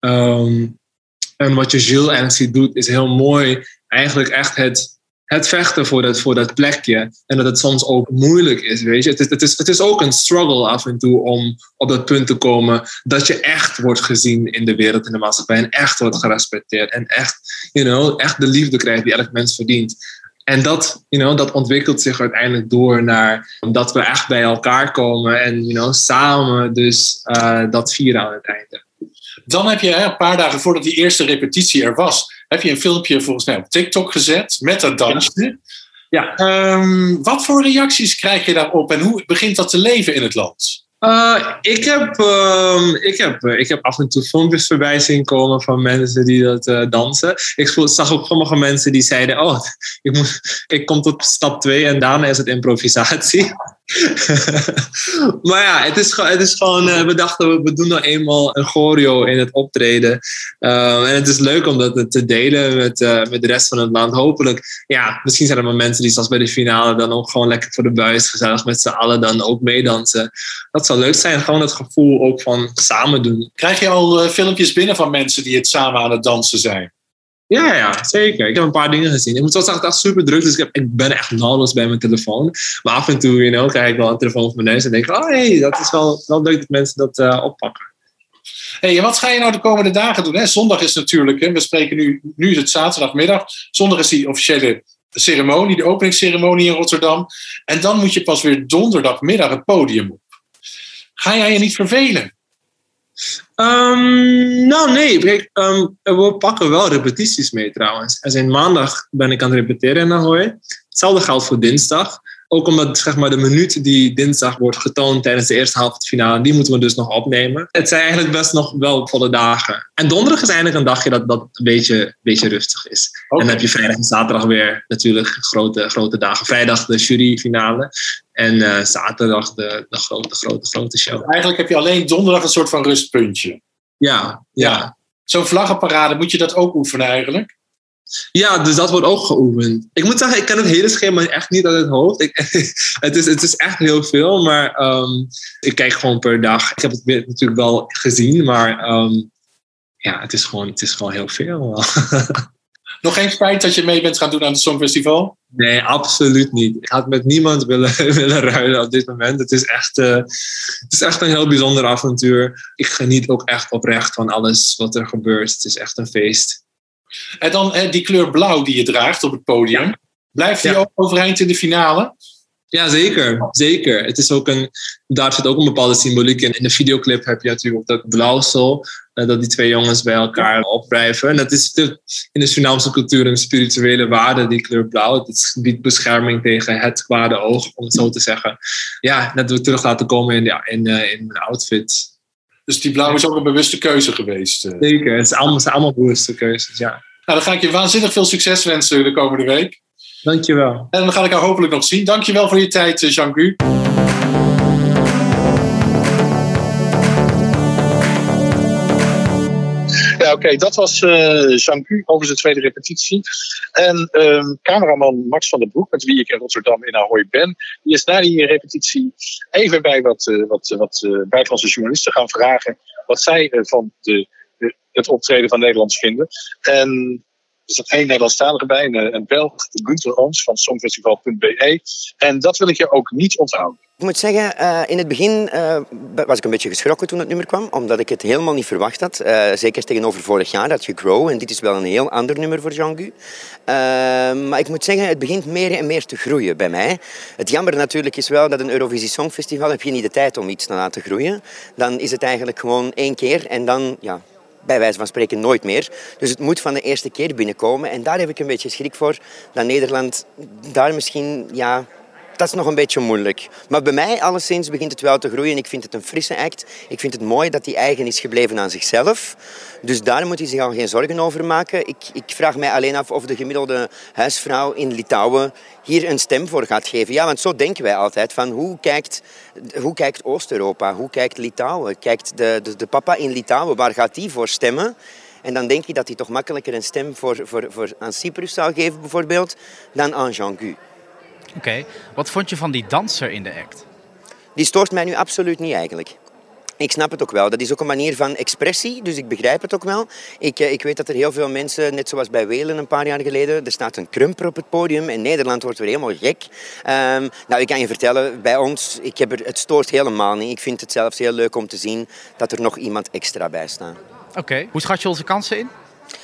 En wat je Gilles eigenlijk doet is heel mooi. Eigenlijk echt het vechten voor dat plekje. En dat het soms ook moeilijk is, weet je. Het is ook een struggle af en toe om op dat punt te komen dat je echt wordt gezien in de wereld, in de maatschappij. En echt wordt gerespecteerd. En echt, echt de liefde krijgt die elk mens verdient. En dat ontwikkelt zich uiteindelijk door naar dat we echt bij elkaar komen. En samen dus dat vieren aan het einde. Dan heb je een paar dagen voordat die eerste repetitie er was, heb je een filmpje volgens mij op TikTok gezet met dat dansje. Ja. Wat voor reacties krijg je daarop en hoe begint dat te leven in het land? Ik heb af en toe filmpjes voorbij zien komen van mensen die dat dansen. Ik zag ook sommige mensen die zeiden, ik kom tot stap 2 en daarna is het improvisatie. Maar ja, het is gewoon we dachten, we doen nou eenmaal een choreo in het optreden. En het is leuk om dat te delen met de rest van het land. Hopelijk, ja, misschien zijn er maar mensen die zoals bij de finale dan ook gewoon lekker voor de buis gezellig met z'n allen dan ook meedansen. Dat zou leuk zijn, gewoon het gevoel ook van samen doen. Krijg je al filmpjes binnen van mensen die het samen aan het dansen zijn? Ja, zeker. Ik heb een paar dingen gezien. Ik moet wel zeggen, het is echt super druk, dus ik ben echt nauwelijks bij mijn telefoon. Maar af en toe, krijg ik wel een telefoon van mijn neus en denk ik, dat is wel leuk dat mensen dat oppakken. Hey, en wat ga je nou de komende dagen doen? Hè? Zondag is natuurlijk, we spreken nu is het zaterdagmiddag. Zondag is die officiële ceremonie, de openingsceremonie in Rotterdam. En dan moet je pas weer donderdagmiddag het podium op. Ga jij je niet vervelen? Nou, nee. Kijk, we pakken wel repetities mee trouwens. Maandag ben ik aan het repeteren in Ahoy. Hetzelfde geldt voor dinsdag. Ook omdat zeg maar, de minuut die dinsdag wordt getoond tijdens de eerste halve finale, die moeten we dus nog opnemen. Het zijn eigenlijk best nog wel volle dagen. En donderdag is eigenlijk een dagje dat een beetje rustig is. Okay. En dan heb je vrijdag en zaterdag weer natuurlijk grote dagen. Vrijdag de juryfinale en zaterdag de grote show. Eigenlijk heb je alleen donderdag een soort van rustpuntje. Ja. Zo'n vlaggenparade, moet je dat ook oefenen eigenlijk? Ja, dus dat wordt ook geoefend. Ik moet zeggen, ik ken het hele schema echt niet uit het hoofd. Het is echt heel veel, maar ik kijk gewoon per dag. Ik heb het natuurlijk wel gezien, maar het is gewoon heel veel. Nog geen spijt dat je mee bent gaan doen aan het Songfestival? Nee, absoluut niet. Ik had met niemand willen ruilen op dit moment. Het is echt een heel bijzonder avontuur. Ik geniet ook echt oprecht van alles wat er gebeurt. Het is echt een feest. En dan die kleur blauw die je draagt op het podium. Ja. Blijft die ook overeind in de finale? Ja, zeker. Het is ook daar zit ook een bepaalde symboliek in. In de videoclip heb je natuurlijk dat blauwsel. Dat die twee jongens bij elkaar opdrijven. En dat is in de Surinaamse cultuur een spirituele waarde, die kleur blauw. Het biedt bescherming tegen het kwade oog, om het zo te zeggen. Ja, dat we terug laten komen in mijn outfit. Dus die blauw is ook een bewuste keuze geweest? Zeker, het zijn allemaal bewuste keuzes, ja. Nou, dan ga ik je waanzinnig veel succes wensen de komende week. Dankjewel. En dan ga ik haar hopelijk nog zien. Dankjewel voor je tijd, Jean-Gu. Ja, oké, dat was Jean-Gu over zijn tweede repetitie. En cameraman Max van der Broek, met wie ik in Rotterdam in Ahoy ben, die is na die repetitie even bij wat buitenlandse journalisten gaan vragen wat zij van het optreden van Nederlands vinden. En er zat één Nederlandstalige bij, een Belg, Gunther Ooms van Songfestival.be. En dat wil ik je ook niet onthouden. Ik moet zeggen, in het begin was ik een beetje geschrokken toen het nummer kwam, omdat ik het helemaal niet verwacht had. Zeker tegenover vorig jaar had je Grow en dit is wel een heel ander nummer voor Jean-Gu. Maar ik moet zeggen, het begint meer en meer te groeien bij mij. Het jammer natuurlijk is wel dat een Eurovisie Songfestival heb je niet de tijd om iets te laten groeien. Dan is het eigenlijk gewoon 1 keer en dan, ja, bij wijze van spreken nooit meer. Dus het moet van de eerste keer binnenkomen en daar heb ik een beetje schrik voor dat Nederland daar misschien, ja, dat is nog een beetje moeilijk. Maar bij mij alleszins begint het wel te groeien. Ik vind het een frisse act. Ik vind het mooi dat hij eigen is gebleven aan zichzelf. Dus daar moet hij zich al geen zorgen over maken. Ik vraag mij alleen af of de gemiddelde huisvrouw in Litouwen hier een stem voor gaat geven. Ja, want zo denken wij altijd. Van hoe kijkt Oost-Europa? Hoe kijkt Litouwen? Kijkt de papa in Litouwen? Waar gaat die voor stemmen? En dan denk ik dat hij toch makkelijker een stem voor aan Cyprus zou geven bijvoorbeeld dan aan Jean-Gu. Oké. Wat vond je van die danser in de act? Die stoort mij nu absoluut niet eigenlijk. Ik snap het ook wel. Dat is ook een manier van expressie, dus ik begrijp het ook wel. Ik weet dat er heel veel mensen, net zoals bij Welen een paar jaar geleden, er staat een krumper op het podium en Nederland wordt weer helemaal gek. Nou, ik kan je vertellen, bij ons, het stoort helemaal niet. Ik vind het zelfs heel leuk om te zien dat er nog iemand extra bij staat. Oké. Hoe schat je onze kansen in?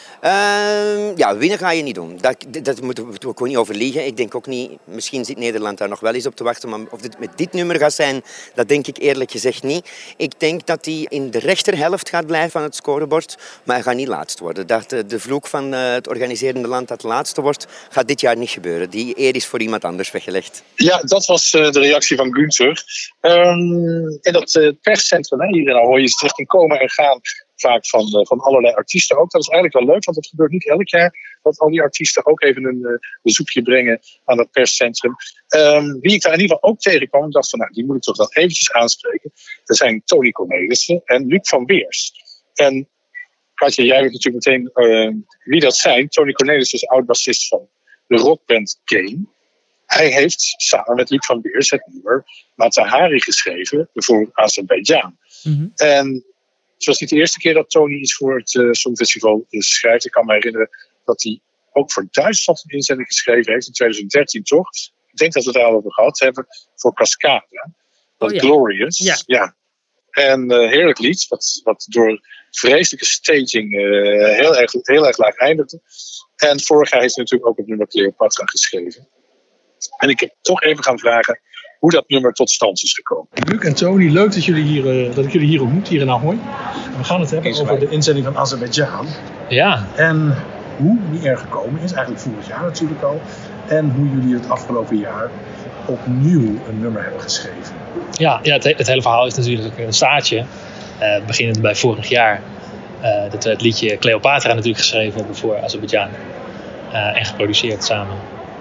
Ja, winnen ga je niet doen. Dat moeten we ook niet over liegen. Ik denk ook niet, misschien zit Nederland daar nog wel eens op te wachten, maar of dit met dit nummer gaat zijn, dat denk ik eerlijk gezegd niet. Ik denk dat hij in de rechterhelft gaat blijven van het scorebord, maar hij gaat niet laatst worden. Dat de vloek van het organiserende land dat laatste wordt, gaat dit jaar niet gebeuren. Die eer is voor iemand anders weggelegd. Ja, dat was de reactie van Gunther. In dat perscentrum hier in Ahoy is het richting komen en gaan vaak van allerlei artiesten ook. Dat is eigenlijk wel leuk, want het gebeurt niet elk jaar dat al die artiesten ook even een bezoekje brengen aan het perscentrum. Wie ik daar in ieder geval ook tegenkwam, ik dacht van, die moet ik toch wel eventjes aanspreken. Dat zijn Tony Cornelissen en Luc van Beers. En Katja, jij weet natuurlijk meteen wie dat zijn. Tony Cornelissen is oud-bassist van de rockband Kane. Hij heeft samen met Luc van Beers het nummer Matahari geschreven voor Azerbeidzjan. Mm-hmm. En het was niet de eerste keer dat Tony iets voor het Songfestival schrijft. Ik kan me herinneren dat hij ook voor Duitsland een inzending geschreven heeft in 2013, toch? Ik denk dat we het daar al over gehad hebben voor Cascada. Glorious. Ja. En heerlijk lied, wat door vreselijke staging heel erg laag eindigde. En vorig jaar heeft hij natuurlijk ook het nummer Cleopatra geschreven. En ik heb toch even gaan vragen hoe dat nummer tot stand is gekomen. Luc en Tony, leuk dat ik jullie hier ontmoet, hier in Ahoy. We gaan het hebben over de inzending van Azerbeidzjan. Ja. En hoe die er gekomen is, eigenlijk vorig jaar natuurlijk al. En hoe jullie het afgelopen jaar opnieuw een nummer hebben geschreven. Ja, het hele verhaal is natuurlijk een staartje. Beginnend bij vorig jaar. Dat we het liedje Cleopatra natuurlijk geschreven hebben voor Azerbeidzjan. En geproduceerd samen.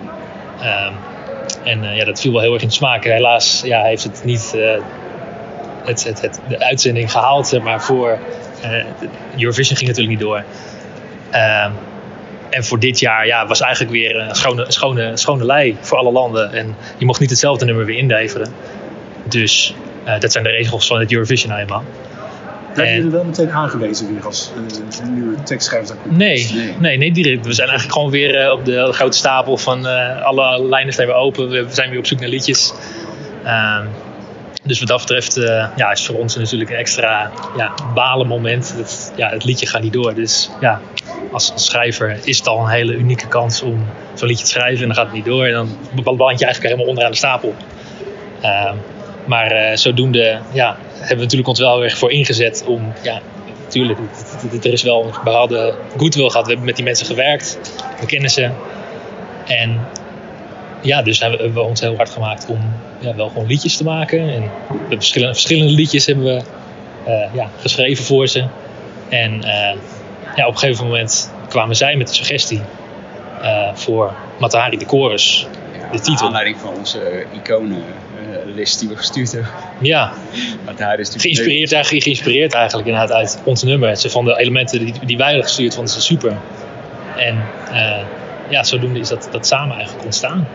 Dat viel wel heel erg in de smaak. Helaas heeft het niet de uitzending gehaald. Maar voor Eurovision ging het natuurlijk niet door. En voor dit jaar was eigenlijk weer een schone lei voor alle landen. En je mocht niet hetzelfde nummer weer inleveren. Dus dat zijn de regels van het Eurovision eenmaal. Hebben jullie wel meteen aangewezen weer als nieuwe tekstschrijver? Nee, niet direct. We zijn eigenlijk gewoon weer op de grote stapel van alle lijnen staan weer open. We zijn weer op zoek naar liedjes. Dus wat dat betreft is voor ons natuurlijk een extra balen moment. Het liedje gaat niet door. Dus als schrijver is het al een hele unieke kans om zo'n liedje te schrijven. En dan gaat het niet door. En dan beland je eigenlijk helemaal onderaan de stapel. Maar zodoende hebben we natuurlijk ons wel weer voor ingezet om, natuurlijk, er is wel een bepaalde goodwill gehad. We hebben met die mensen gewerkt, we kennen ze. En dus hebben we ons heel hard gemaakt om wel gewoon liedjes te maken. En verschillende liedjes hebben we geschreven voor ze. En op een gegeven moment kwamen zij met de suggestie voor Matahari de chorus, de titel. Naar aanleiding van onze iconenlist die we gestuurd hebben. Ja, geïnspireerd eigenlijk inderdaad uit ons nummer. Ze vonden de elementen die wij hadden gestuurd, vonden ze super. En zodoende is dat samen eigenlijk ontstaan.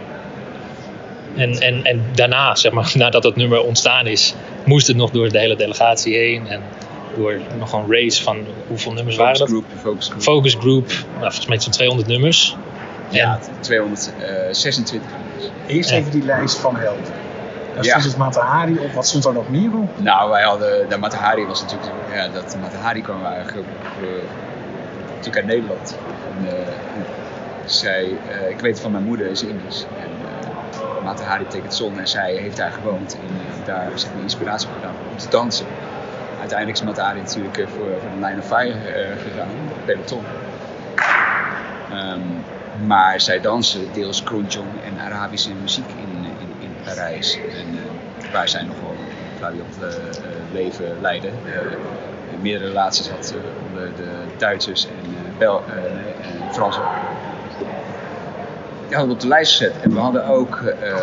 En daarna, zeg maar, nadat dat nummer ontstaan is, moest het nog door de hele delegatie heen. En door nog een race van hoeveel nummers waren dat? Focus Group. Volgens mij zo'n 200 nummers. Ja, 226 nummers. Eerst even die lijst van helden. Daar stond het Matahari op. Wat stond er nog meer op? Nou, wij hadden... De Matahari was natuurlijk... Matahari kwam eigenlijk natuurlijk uit Nederland. Ik weet van mijn moeder, is Indisch. En Matahari betekent zon. En zij heeft daar gewoond. En daar is een inspiratie gedaan om te dansen. Uiteindelijk is Matahari natuurlijk voor de Line of Fire gegaan. Peloton. Maar zij dansen deels Kronjong en Arabische muziek in Parijs. En waar zij nog wel een flabiant leven leiden. Meerdere relaties had onder de Duitsers en Fransen. Die hadden we op de lijst gezet. En we hadden ook...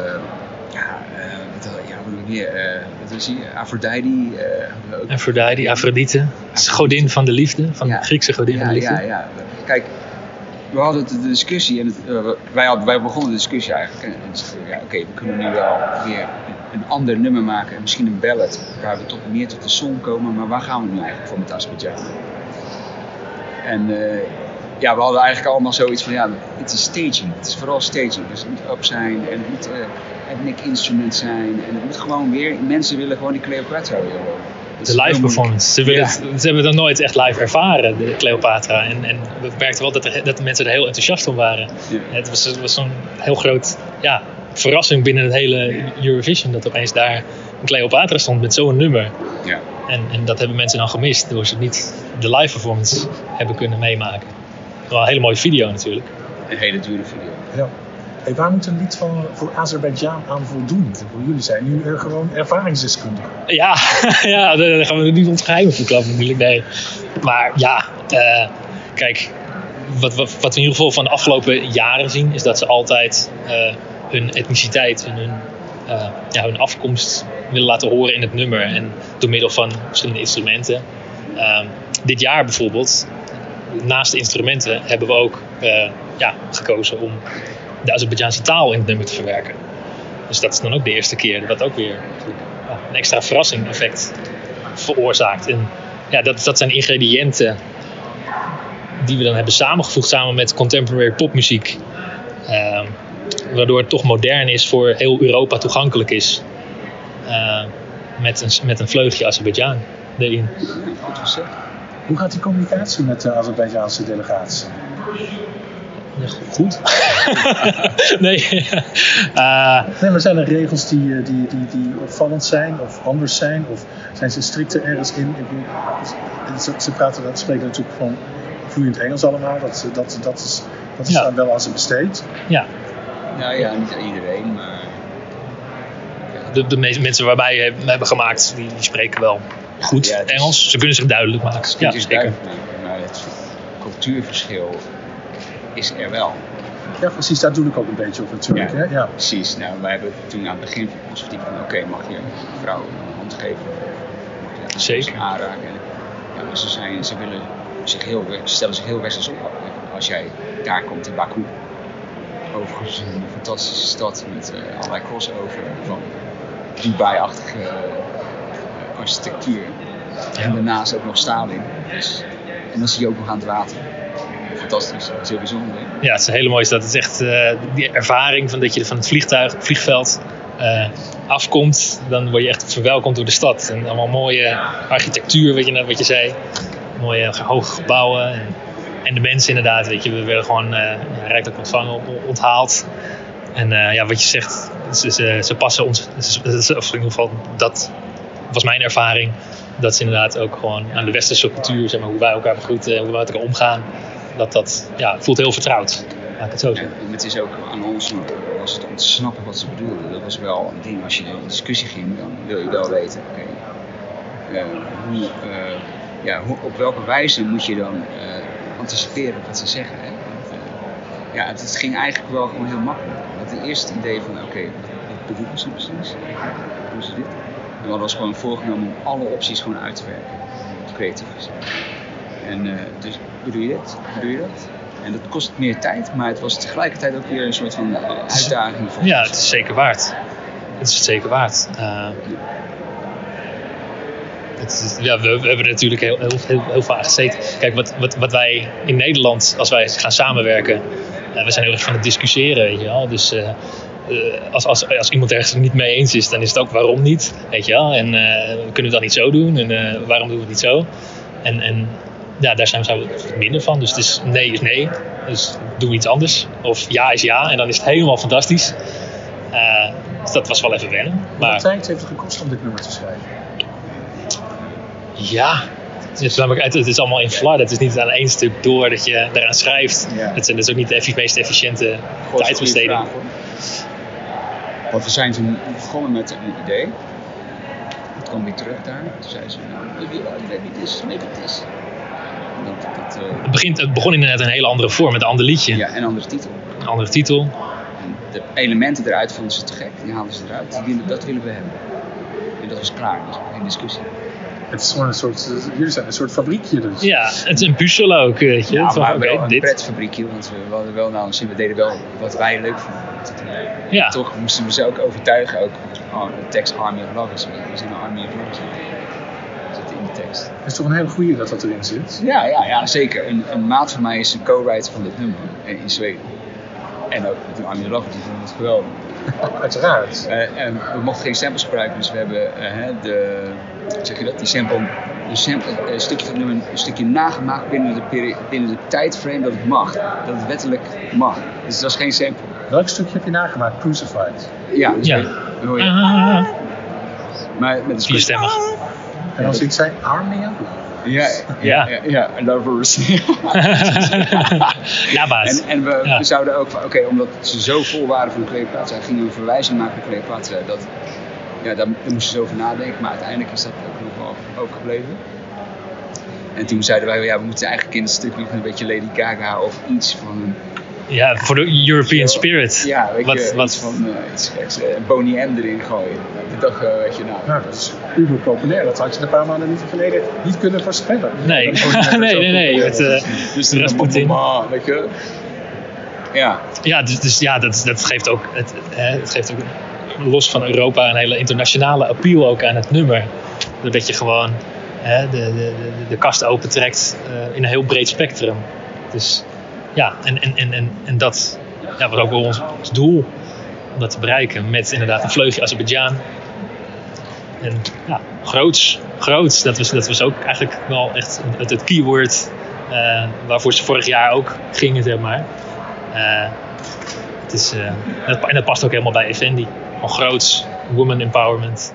Aphrodite, Aphrodite. Aphrodite, van de liefde, van de Griekse godin van de liefde. Ja. Kijk, we hadden de discussie en wij begonnen de discussie eigenlijk. En oké, we kunnen nu wel weer een ander nummer maken, misschien een ballad, waar we meer tot de zon komen, maar waar gaan we nu eigenlijk voor met Azerbeidzjan? En we hadden eigenlijk allemaal zoiets van, het is staging, het is vooral staging. Dus het moet up zijn en het moet ethnic instrument zijn en het moet gewoon weer, mensen willen gewoon die Cleopatra weer horen. De live performance. Ze hebben dat nooit echt live ervaren, de Cleopatra. En we merkten wel dat de mensen er heel enthousiast om waren. Ja. Het was zo'n heel groot verrassing binnen het hele Eurovision. Dat opeens daar een Cleopatra stond met zo'n nummer. Ja. En dat hebben mensen dan gemist. Door ze niet de live performance hebben kunnen meemaken. Wel een hele mooie video natuurlijk. Een hele dure video. Ja. Hey, waar moet een lied voor Azerbeidzjan aan voldoen? Jullie zijn nu gewoon ervaringsdeskundigen. Ja, ja, daar gaan we niet ons geheim verklappen natuurlijk. Nee. Maar ja, kijk, wat we in ieder geval van de afgelopen jaren zien, is dat ze altijd hun etniciteit en hun afkomst willen laten horen in het nummer. En door middel van verschillende instrumenten. Dit jaar bijvoorbeeld, naast de instrumenten, hebben we ook gekozen om de Azerbeidzjaanse taal in het nummer te verwerken. Dus dat is dan ook de eerste keer dat ook weer een extra verrassing effect veroorzaakt. En ja, dat zijn ingrediënten die we dan hebben samengevoegd samen met contemporary popmuziek. Waardoor het toch modern is, voor heel Europa toegankelijk is. Met een vleugje Azerbeidzjan erin. Hoe gaat die communicatie met de Azerbeidzjaanse delegatie? Goed? Nee. Maar zijn er regels die opvallend zijn of anders zijn? Of zijn ze strikter ergens in? Ze spreken natuurlijk van vloeiend Engels allemaal. Dat is dan wel aan ze besteed. Ja. Nou ja, niet aan iedereen, maar... De meeste mensen waarbij we hebben gemaakt, die spreken wel goed Engels. Ze kunnen zich duidelijk maken. Ze kunnen zich duidelijk maken, maar het cultuurverschil is er wel. Ja, precies, daar doe ik ook een beetje op natuurlijk. Ja, hè? Ja. Precies. Nou, wij hebben toen aan het begin van ons verdiept van oké, mag je een vrouw een hand geven? Zeker. Aanraken. Ja, maar ze stellen zich heel westers op. Als jij daar komt in Baku. Overigens een fantastische stad met allerlei crossover van Dubai-achtige architectuur. En daarnaast ook nog Stalin. Dus, en dan zie je ook nog aan het water. Fantastisch, dat is heel bijzonder. Ja, het is een hele mooie stad. Het is echt die ervaring van dat je van het vliegveld afkomt. Dan word je echt verwelkomd door de stad. En allemaal mooie architectuur, wat je zei. Mooie hoge gebouwen. En de mensen inderdaad, weet je, we werden gewoon rijkelijk ontvangen, onthaald. En wat je zegt, ze passen ons, of in ieder geval, dat was mijn ervaring, dat ze inderdaad ook gewoon aan de westerse cultuur, zeg maar, hoe wij elkaar begroeten, hoe we met elkaar omgaan, dat voelt heel vertrouwd. Laat ik het zo zeggen. En het is ook aan ons, was het om te snappen wat ze bedoelden. Dat was wel een ding, als je in discussie ging, dan wil je wel weten, op welke wijze moet je dan anticiperen wat ze zeggen. Hè? Het ging eigenlijk wel gewoon heel makkelijk. Met het eerste idee van wat bedoelen ze precies? Doen ze dit? En we hadden ons gewoon voorgenomen om alle opties gewoon uit te werken. Creatief gezien. En dus bedoel je dit? Bedoel je dat? En dat kost meer tijd, maar het was tegelijkertijd ook weer een soort van uitdaging. Ja, het is zeker waard. Het is zeker waard. We hebben natuurlijk heel vaak gezeten. Kijk, wat wij in Nederland, als wij gaan samenwerken, we zijn heel erg van het discussiëren, weet je wel. Dus als iemand ergens niet mee eens is, dan is het ook waarom niet, weet je wel. En we kunnen het dan niet zo doen en waarom doen we het niet zo? En daar zijn we minder van. Dus het is nee. Dus doen we iets anders. Of ja is ja en dan is het helemaal fantastisch. Dus dat was wel even wennen. Hoeveel tijd heeft het gekost om dit nummer te schrijven? Ja, het is allemaal in flood. Het is niet aan één stuk door dat je eraan schrijft. Ja. Het is ook niet de meest efficiënte tijdsbesteding. Want we zijn toen begonnen met een idee. Het kwam weer terug daar. Toen zei ze, maybe this. Het begon inderdaad een hele andere vorm, met een ander liedje. Ja, en een andere titel. En de elementen eruit vonden ze te gek. Die haalden ze eruit. Dat willen we hebben. En dat was klaar. Dus geen discussie. Het is gewoon jullie zijn een soort fabriekje dus. Ja, het is een puzzel ook, weet je. Ja, maar wel een pretfabriekje, want we deden wel wat wij leuk vonden. Ja. Toch moesten we ze ook overtuigen, ook de tekst Army of Lovers. We zijn een Army of Lovers. Zit in de tekst. Het is toch een hele goeie dat erin zit? Ja, zeker. Een maat van mij is een co-writer van dit nummer in Zweden. En ook met de Army of Lovers, die vonden het geweldig. Uiteraard. En we mochten geen samples gebruiken, dus we hebben die sample, een stukje van nummer, een stukje nagemaakt binnen de tijdframe dat het mag. Dat het wettelijk mag. Dus dat is geen sample. Welk stukje heb je nagemaakt? Crucified? Ja, dus hoor je. Maar met een vierstemmig. En als ik zei Army of Love. Ja, lovers. Ja, baas. En we zouden ook, omdat ze zo vol waren van Cleopatra, gingen we een verwijzing maken naar Cleopatra. Daar moesten ze over nadenken, maar uiteindelijk is dat ook nog wel overgebleven. En toen zeiden wij, we moeten eigenlijk in het stuk nog een beetje Lady Gaga of iets van... Ja, voor de European spirit. Ja, iets van iets Boney M erin gooien. Ik dacht, dat is uber populair. Dat had je een paar maanden geleden niet kunnen voorspellen. Nee. Nee. Dus de Rasputin. Weet je? Ja. Ja, dus dat geeft ook... Het geeft ook los van Europa een hele internationale appeal ook aan het nummer. Dat je gewoon de kast opentrekt in een heel breed spectrum. Dus ja, en dat was ook wel ons doel om dat te bereiken. Met inderdaad een vleugje Azerbeidzjan. En ja, groots. Dat was ook eigenlijk wel echt het keyword waarvoor ze vorig jaar ook gingen, zeg maar. En dat past ook helemaal bij Effendi. Gewoon groots, woman empowerment.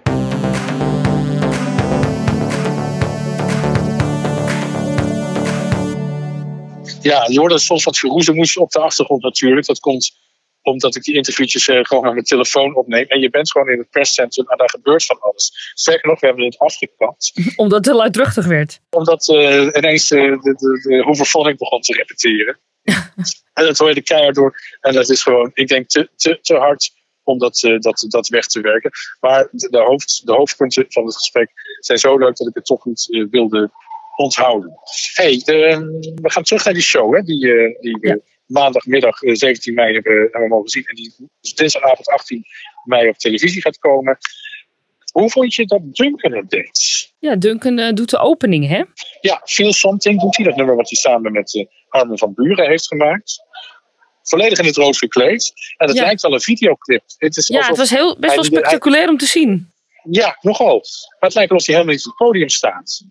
Ja, je hoorde soms wat geroezemoes op de achtergrond natuurlijk. Dat komt omdat ik die interviewtjes gewoon aan mijn telefoon opneem. En je bent gewoon in het presscentrum en daar gebeurt van alles. Sterker nog, we hebben het afgekapt. Omdat het luidruchtig werd? Omdat ineens de hoevervonning begon te repeteren. En dat hoor je de keihard door. En dat is gewoon, ik denk, te hard om dat weg te werken. Maar de hoofdpunten van het gesprek zijn zo leuk dat ik het toch niet wilde onthouden. We gaan terug naar die show, hè, die we maandagmiddag 17 mei hebben mogen zien. En die dinsdagavond 18 mei op televisie gaat komen. Hoe vond je dat Duncan het deed? Ja, Duncan doet de opening, hè? Ja, Feel Something doet hij. Dat nummer wat hij samen met Armin van Buuren heeft gemaakt. Volledig in het rood gekleed. En het lijkt wel een videoclip. Het was best wel spectaculair om te zien. Ja, nogal. Maar het lijkt alsof hij helemaal niet op het podium staat.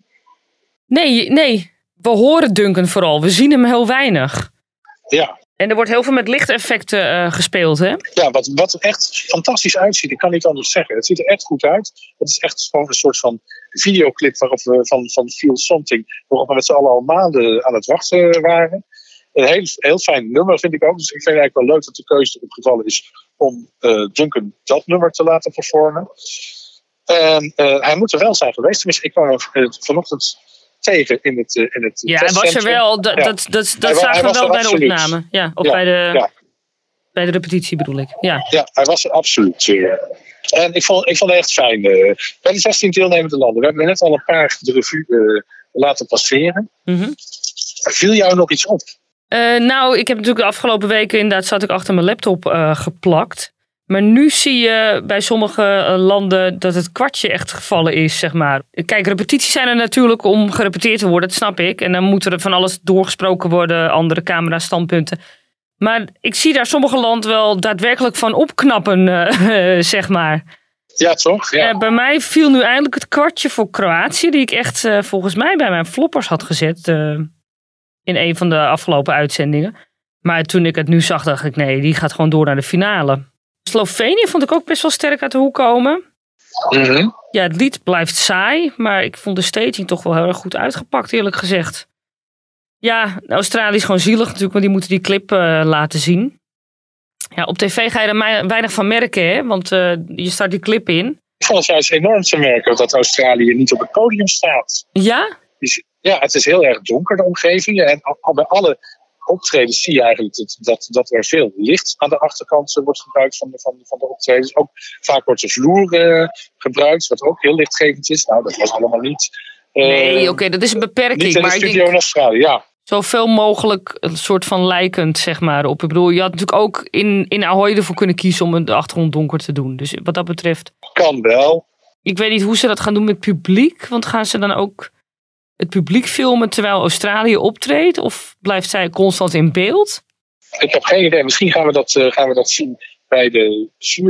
Nee. We horen Duncan vooral. We zien hem heel weinig. Ja. En er wordt heel veel met lichteffecten gespeeld, hè? Ja, wat er echt fantastisch uitziet. Ik kan niet anders zeggen. Het ziet er echt goed uit. Het is echt gewoon een soort van videoclip waarop we van Feel Something, waarop we met z'n allen al maanden aan het wachten waren. Een heel fijn nummer vind ik ook. Dus ik vind het eigenlijk wel leuk dat de keuze erop gevallen is om Duncan dat nummer te laten performen. Hij moet er wel zijn geweest. Tenminste, ik kwam vanochtend tegen in het ja, hij was er wel. Dat zagen we wel bij de opname. Ja, bij de repetitie bedoel ik. Ja, hij was er absoluut. En ik vond het echt fijn. Bij de 16 deelnemende landen. We hebben net al een paar de revue laten passeren. Mm-hmm. Viel jou nog iets op? Nou, ik heb natuurlijk de afgelopen weken inderdaad zat ik achter mijn laptop geplakt. Maar nu zie je bij sommige landen dat het kwartje echt gevallen is, zeg maar. Kijk, repetities zijn er natuurlijk om gerepeteerd te worden, dat snap ik. En dan moet er van alles doorgesproken worden, andere camerastandpunten. Maar ik zie daar sommige landen wel daadwerkelijk van opknappen, zeg maar. Ja, toch? Ja. Bij mij viel nu eindelijk het kwartje voor Kroatië, die ik echt volgens mij bij mijn floppers had gezet in een van de afgelopen uitzendingen. Maar toen ik het nu zag, dacht ik, nee, die gaat gewoon door naar de finale. Slovenië vond ik ook best wel sterk uit de hoek komen. Mm-hmm. Ja, het lied blijft saai, maar ik vond de staging toch wel heel erg goed uitgepakt, eerlijk gezegd. Ja, Australië is gewoon zielig natuurlijk, want die moeten die clip laten zien. Ja, op tv ga je er weinig van merken, hè? Want je start die clip in. Ik vond het juist enorm te merken dat Australië niet op het podium staat. Ja? Ja, het is heel erg donker, de omgeving. En bij alle optredens zie je eigenlijk dat er veel licht aan de achterkant wordt gebruikt van de optredens. Ook vaak wordt de vloer gebruikt, wat ook heel lichtgevend is. Nou, dat was allemaal niet. Nee, oké, dat is een beperking. Niet in de studio in Australië, ja. Zoveel mogelijk een soort van lijkend, zeg maar, op. Ik bedoel, je had natuurlijk ook in Ahoy ervoor kunnen kiezen om de achtergrond donker te doen. Dus wat dat betreft. Kan wel. Ik weet niet hoe ze dat gaan doen met publiek. Want gaan ze dan ook het publiek filmen terwijl Australië optreedt? Of blijft zij constant in beeld? Ik heb geen idee. Misschien gaan we dat zien bij de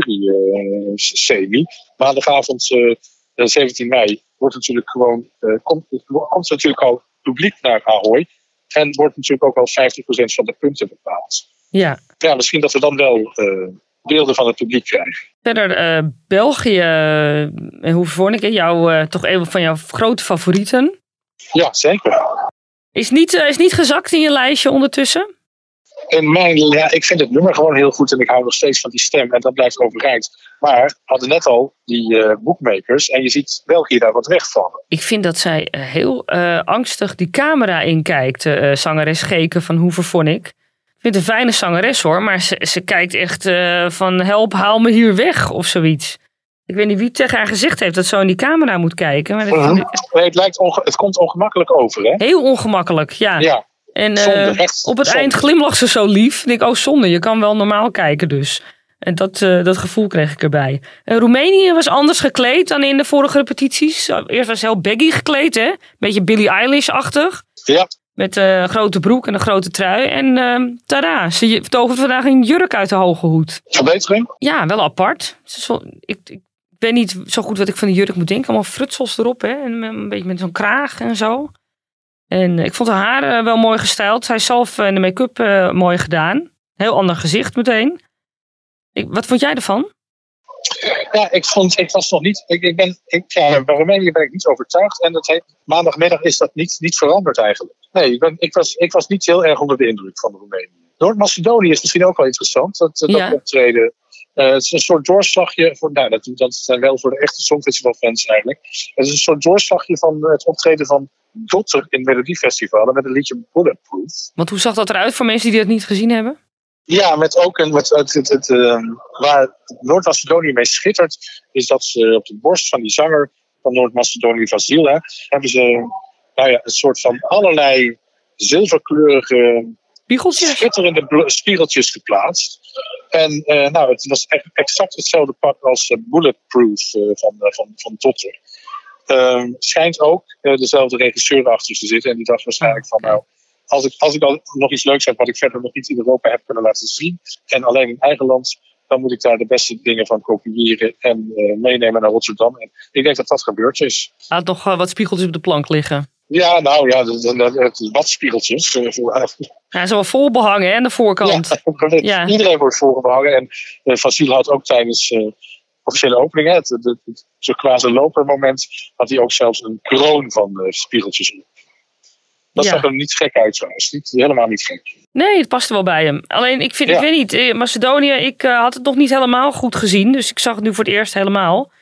jury-semi. Maandagavond 17 mei wordt natuurlijk gewoon, komt natuurlijk al publiek naar Ahoy. En wordt natuurlijk ook al 50% van de punten bepaald. Ja. Ja, misschien dat we dan wel beelden van het publiek krijgen. Verder België, hoe verwoon ik, toch een van jouw grote favorieten. Ja, zeker. Is niet gezakt in je lijstje ondertussen? Ik vind het nummer gewoon heel goed en ik hou nog steeds van die stem en dat blijft overeind. Maar we hadden net al die bookmakers en je ziet België daar wat wegvallen. Ik vind dat zij heel angstig die camera inkijkt, zangeres Geke van Hooverphonic. Ik vind het een fijne zangeres hoor, maar ze kijkt echt van help, haal me hier weg of zoiets. Ik weet niet wie het tegen haar gezegd heeft dat zo in die camera moet kijken. Maar het komt ongemakkelijk over, hè? Heel ongemakkelijk, ja. En op het eind glimlacht ze zo lief. Ik denk, oh zonde, je kan wel normaal kijken dus. En dat gevoel kreeg ik erbij. Roemenië was anders gekleed dan in de vorige repetities. Eerst was ze heel baggy gekleed, hè? Beetje Billie Eilish-achtig. Ja. Met een grote broek en een grote trui. En tada, ze tovert vandaag een jurk uit de hoge hoed. Verbetering? Ja, wel apart. Ik weet niet zo goed wat ik van die jurk moet denken. Allemaal frutsels erop, hè? En een beetje met zo'n kraag en zo. En ik vond haar haar wel mooi gestyled. Zij zelf in de make-up mooi gedaan. Heel ander gezicht meteen. Wat vond jij ervan? Ja, ik was nog niet... bij Roemenië ben ik niet overtuigd. En maandagmiddag is dat niet veranderd eigenlijk. Nee, ik was niet heel erg onder de indruk van de Roemenië. Noord-Macedonië is misschien ook wel interessant. Dat optreden. Het is een soort doorslagje. Dat zijn wel voor de echte Songfestivalfans eigenlijk. Het is een soort doorslagje van het optreden van Dotter in Melodiefestivalen met een liedje Bulletproof. Want hoe zag dat eruit voor mensen die dat niet gezien hebben? Ja, waar Noord-Macedonië mee schittert, is dat ze op de borst van die zanger van Noord-Macedonië, Vasil, hebben ze een soort van allerlei zilverkleurige schitterende spiegeltjes geplaatst. En het was exact hetzelfde pak als Bulletproof van Dotter. Schijnt ook dezelfde regisseur achter te zitten en die dacht waarschijnlijk van als ik al nog iets leuks heb wat ik verder nog niet in Europa heb kunnen laten zien en alleen in eigen land, dan moet ik daar de beste dingen van kopiëren en meenemen naar Rotterdam. En ik denk dat dat gebeurd is. Laat nog wat spiegeltjes op de plank liggen. Ja, wat spiegeltjes. Ja, ze zijn wel vol behangen hè, aan de voorkant. Ja. Iedereen wordt volgehangen en Vasil had ook tijdens officiële opening, zo'n quasi lopermoment, had hij ook zelfs een kroon van spiegeltjes op. Dat zag er niet gek uit trouwens. Helemaal niet gek. Nee, het paste wel bij hem. Alleen, ik weet niet, Macedonië, ik had het nog niet helemaal goed gezien. Dus ik zag het nu voor het eerst helemaal.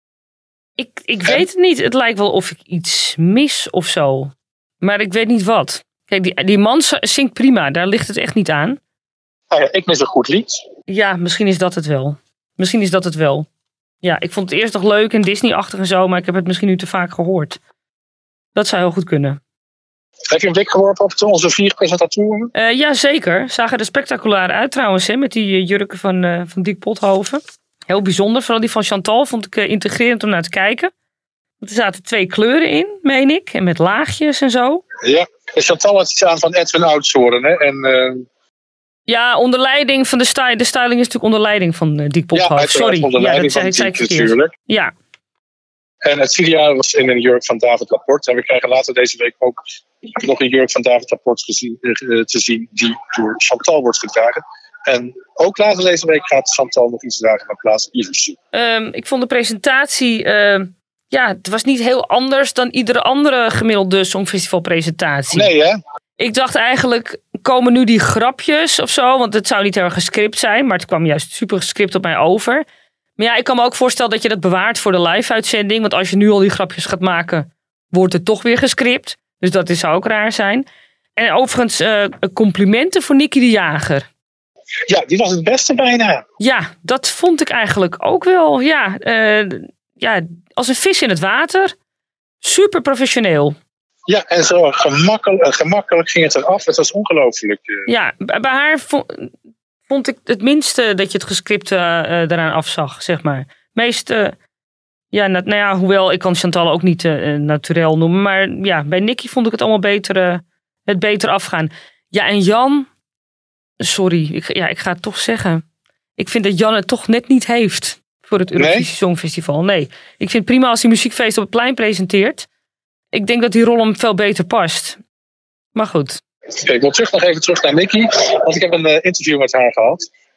Ik weet het niet. Het lijkt wel of ik iets mis of zo. Maar ik weet niet wat. Kijk, die man zingt prima. Daar ligt het echt niet aan. Ik mis een goed lied. Ja, misschien is dat het wel. Ja, ik vond het eerst nog leuk en Disney-achtig en zo. Maar ik heb het misschien nu te vaak gehoord. Dat zou heel goed kunnen. Heb je een blik geworpen op onze 4 presentatoren? Ja, zeker. Zagen er spectaculair uit trouwens, hè, met die jurken van Dick Pothoven. Heel bijzonder. Vooral die van Chantal vond ik integrerend om naar te kijken. Want er zaten 2 kleuren in, meen ik. En met laagjes en zo. Ja, en Chantal had iets aan van Edwin Oudshoorn, hè? Ja, onder leiding van de styling is natuurlijk onder leiding van Dick Pothoven. Sorry, dat zei ik verkeerd. Natuurlijk. Ja. En het videojaar was in een jurk van David Laporte. En we krijgen later deze week ook nog een jurk van David Laporte te zien die door Chantal wordt gedragen. En ook later deze week gaat Chantal nog iets dragen van Klaas Iversen. Ik vond de presentatie, het was niet heel anders dan iedere andere gemiddelde Songfestivalpresentatie. Nee hè? Ik dacht eigenlijk, komen nu die grapjes of zo? Want het zou niet heel erg gescript zijn, maar het kwam juist super gescript op mij over. Maar ja, ik kan me ook voorstellen dat je dat bewaart voor de live-uitzending. Want als je nu al die grapjes gaat maken, wordt het toch weer gescript. Dus dat zou ook raar zijn. En overigens, complimenten voor Nicky de Jager. Ja, die was het beste bijna. Ja, dat vond ik eigenlijk ook wel. Ja, als een vis in het water. Super professioneel. Ja, en zo gemakkelijk ging het eraf. Het was ongelooflijk. Ja, bij haar vond ik het minste dat je het gescripte eraan afzag, zeg maar. Meest, hoewel ik kan Chantal ook niet naturel noemen. Maar ja, bij Nicky vond ik het allemaal beter afgaan. Ja, en Jan, sorry, ik ga het toch zeggen. Ik vind dat Jan het toch net niet heeft voor het Eurovisie Songfestival. Nee, ik vind het prima als hij muziekfeest op het plein presenteert. Ik denk dat die rol hem veel beter past. Maar goed. Ik wil nog even terug naar Nicky. Want ik heb een interview met haar gehad.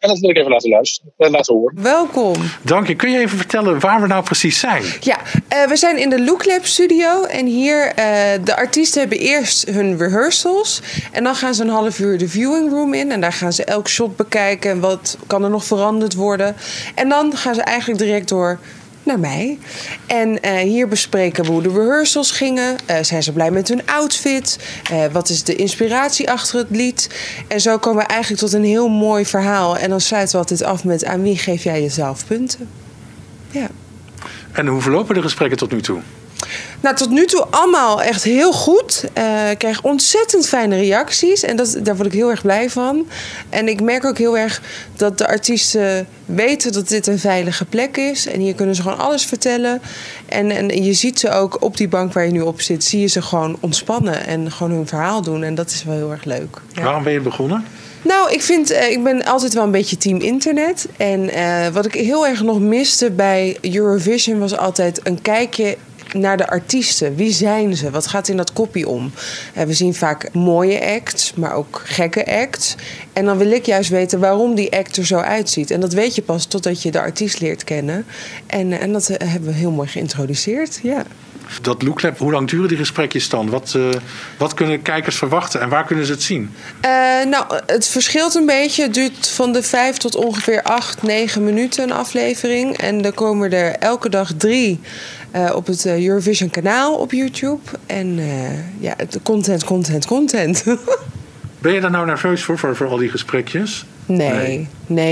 En dat wil ik even laten horen. Welkom. Dank je. Kun je even vertellen waar we nou precies zijn? Ja, we zijn in de Look Lab studio. En hier, de artiesten hebben eerst hun rehearsals. En dan gaan ze een half uur de viewing room in. En daar gaan ze elk shot bekijken. En wat kan er nog veranderd worden. En dan gaan ze eigenlijk direct door naar mij. En hier bespreken we hoe de rehearsals gingen. Zijn ze blij met hun outfit? Wat is de inspiratie achter het lied? En zo komen we eigenlijk tot een heel mooi verhaal. En dan sluiten we altijd af met: aan wie geef jij jezelf punten? Ja. En hoe verlopen de gesprekken tot nu toe? Nou, tot nu toe allemaal echt heel goed. Ik krijg ontzettend fijne reacties. En daar word ik heel erg blij van. En ik merk ook heel erg dat de artiesten weten dat dit een veilige plek is. En hier kunnen ze gewoon alles vertellen. En je ziet ze ook op die bank waar je nu op zit. Zie je ze gewoon ontspannen en gewoon hun verhaal doen. En dat is wel heel erg leuk. Ja. Waarom ben je begonnen? Nou, ik ben altijd wel een beetje team internet. En wat ik heel erg nog miste bij Eurovision was altijd een kijkje naar de artiesten. Wie zijn ze? Wat gaat in dat koppie om? We zien vaak mooie acts, maar ook gekke acts. En dan wil ik juist weten waarom die act er zo uitziet. En dat weet je pas totdat je de artiest leert kennen. En dat hebben we heel mooi geïntroduceerd, ja. Dat Look Lab, hoe lang duren die gesprekjes dan? Wat kunnen kijkers verwachten en waar kunnen ze het zien? Nou, het verschilt een beetje. Het duurt van de 5 tot ongeveer 8, 9 minuten een aflevering. En er komen er elke dag 3 op het Eurovision kanaal op YouTube. En ja, content. Ben je daar nou nerveus voor al die gesprekjes? Nee.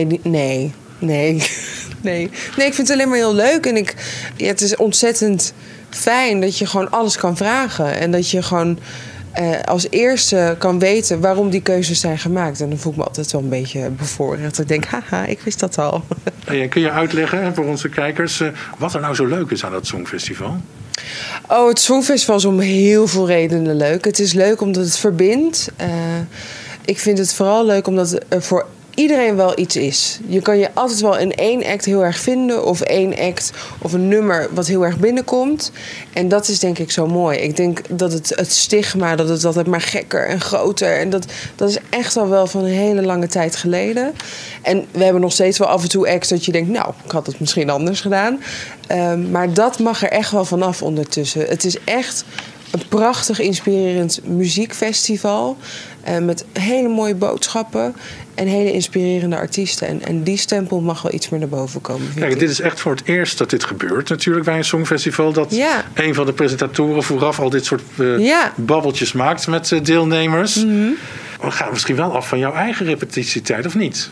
Nee, ik vind het alleen maar heel leuk. En het is ontzettend fijn dat je gewoon alles kan vragen. En dat je gewoon als eerste kan weten waarom die keuzes zijn gemaakt. En dan voel ik me altijd wel een beetje bevoorrecht. Ik denk, haha, ik wist dat al. En kun je uitleggen voor onze kijkers wat er nou zo leuk is aan dat Songfestival? Oh, het Songfestival is om heel veel redenen leuk. Het is leuk omdat het verbindt. Ik vind het vooral leuk omdat er voor iedereen wel iets is. Je kan je altijd wel in één act heel erg vinden. Of één act of een nummer wat heel erg binnenkomt. En dat is denk ik zo mooi. Ik denk dat het stigma, dat het altijd maar gekker en groter. En dat is echt al wel van een hele lange tijd geleden. En we hebben nog steeds wel af en toe acts dat je denkt, nou, ik had het misschien anders gedaan. Maar dat mag er echt wel vanaf ondertussen. Het is echt een prachtig inspirerend muziekfestival. Met hele mooie boodschappen en hele inspirerende artiesten. En die stempel mag wel iets meer naar boven komen. Kijk, dit is echt voor het eerst dat dit gebeurt natuurlijk bij een Songfestival. Dat een van de presentatoren vooraf al dit soort babbeltjes maakt met deelnemers. Mm-hmm. We gaan misschien wel af van jouw eigen repetitietijd, of niet?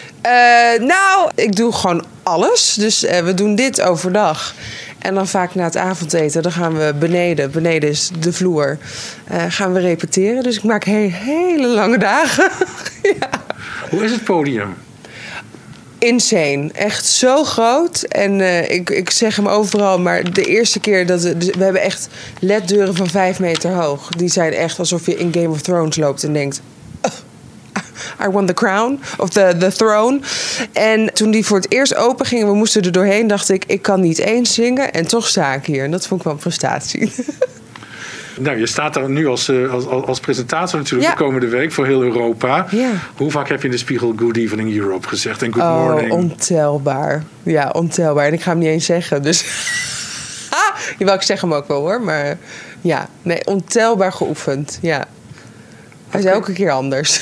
Nou, ik doe gewoon alles. Dus we doen dit overdag. En dan vaak na het avondeten, dan gaan we beneden. Beneden is de vloer. Gaan we repeteren. Dus ik maak hele lange dagen. Ja. Hoe is het podium? Insane. Echt zo groot. En ik zeg hem overal, maar de eerste keer dat we hebben echt LED-deuren van 5 meter hoog. Die zijn echt alsof je in Game of Thrones loopt en denkt, I won the crown, of the throne. En toen die voor het eerst open ging, we moesten er doorheen, dacht ik kan niet eens zingen. En toch sta ik hier. En dat vond ik wel een prestatie. Nou, je staat daar nu als presentator natuurlijk de komende week voor heel Europa. Ja. Hoe vaak heb je in de spiegel Good Evening Europe gezegd en Good Morning? Ontelbaar. Ja, ontelbaar. En ik ga hem niet eens zeggen. Dus jawel, ik zeg hem ook wel hoor. Maar ja, nee, ontelbaar geoefend. Ja. Hij is elke keer anders.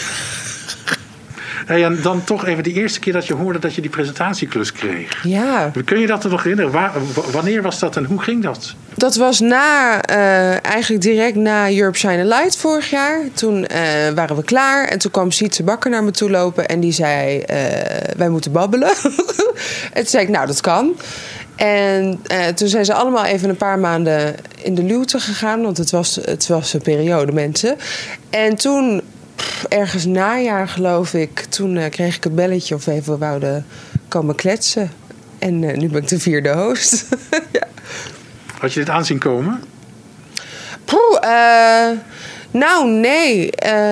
Hey, en dan toch even de eerste keer dat je hoorde dat je die presentatieklus kreeg. Ja. Kun je dat er nog herinneren? Wanneer was dat en hoe ging dat? Dat was eigenlijk direct na Europe Shine a Light vorig jaar. Toen waren we klaar en toen kwam Sietse Bakker naar me toe lopen en die zei, wij moeten babbelen. En toen zei ik, nou dat kan. En toen zijn ze allemaal even een paar maanden in de luwte gegaan, want het was een periode, mensen. En toen, ergens najaar geloof ik, toen kreeg ik het belletje of we even wouden komen kletsen. En nu ben ik de 4e host. Ja. Had je dit aanzien komen? Nou, nee.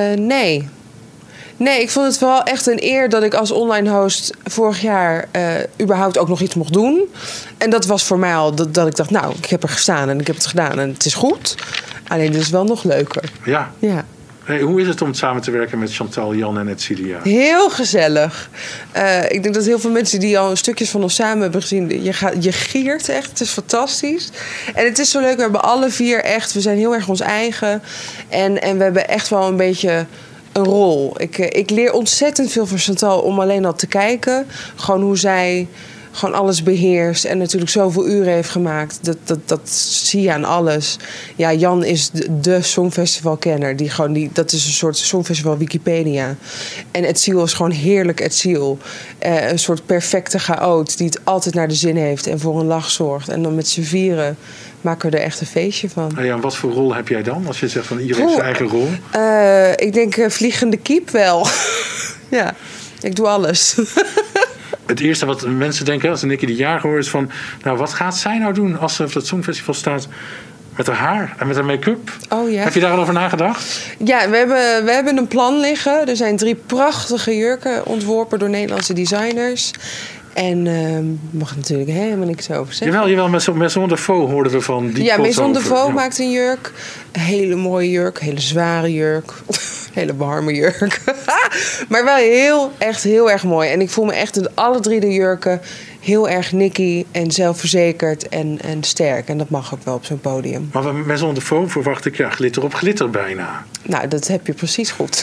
Nee, ik vond het wel echt een eer dat ik als online host vorig jaar überhaupt ook nog iets mocht doen. En dat was voor mij al dat ik dacht, nou, ik heb er gestaan en ik heb het gedaan en het is goed. Alleen het is wel nog leuker. Ja. Ja. Hey, hoe is het om samen te werken met Chantal, Jan en Edcilia? Heel gezellig. Ik denk dat heel veel mensen die al stukjes van ons samen hebben gezien... Je giert echt, het is fantastisch. En het is zo leuk, we hebben alle 4 echt... We zijn heel erg ons eigen. En we hebben echt wel een beetje een rol. Ik leer ontzettend veel van Chantal om alleen al te kijken. Gewoon hoe zij... gewoon alles beheerst en natuurlijk zoveel uren heeft gemaakt. Dat zie je aan alles. Ja, Jan is de Songfestivalkenner. Dat is een soort Songfestival Wikipedia. En Edciel is gewoon heerlijk Edciel. Een soort perfecte chaot die het altijd naar de zin heeft en voor een lach zorgt. En dan met z'n 4 maken we er echt een feestje van. Ja, en wat voor rol heb jij dan? Als je zegt van iedereen heeft zijn eigen rol. Ik denk vliegende kiep wel. Ja, ik doe alles. Het eerste wat mensen denken als Nicky de Jager hoort is van... nou, wat gaat zij nou doen als ze op dat Songfestival staat... met haar haar en met haar make-up? Oh, ja. Heb je daar al over nagedacht? Ja, we hebben een plan liggen. Er zijn 3 prachtige jurken ontworpen door Nederlandse designers. En mag natuurlijk helemaal niks over zeggen. Jawel, Maison de Faux hoorden we van. Die Maison de Faux maakt een jurk. Een hele mooie jurk, hele zware jurk. Hele warme jurk. Maar wel heel erg mooi. En ik voel me echt in alle 3 de jurken heel erg Nicky en zelfverzekerd en sterk. En dat mag ook wel op zo'n podium. Maar met Maison de Faux verwacht ik glitter op glitter bijna. Nou, dat heb je precies goed.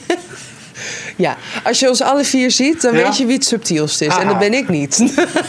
Ja, als je ons alle 4 ziet, dan weet je wie het subtielst is. Aha. En dat ben ik niet.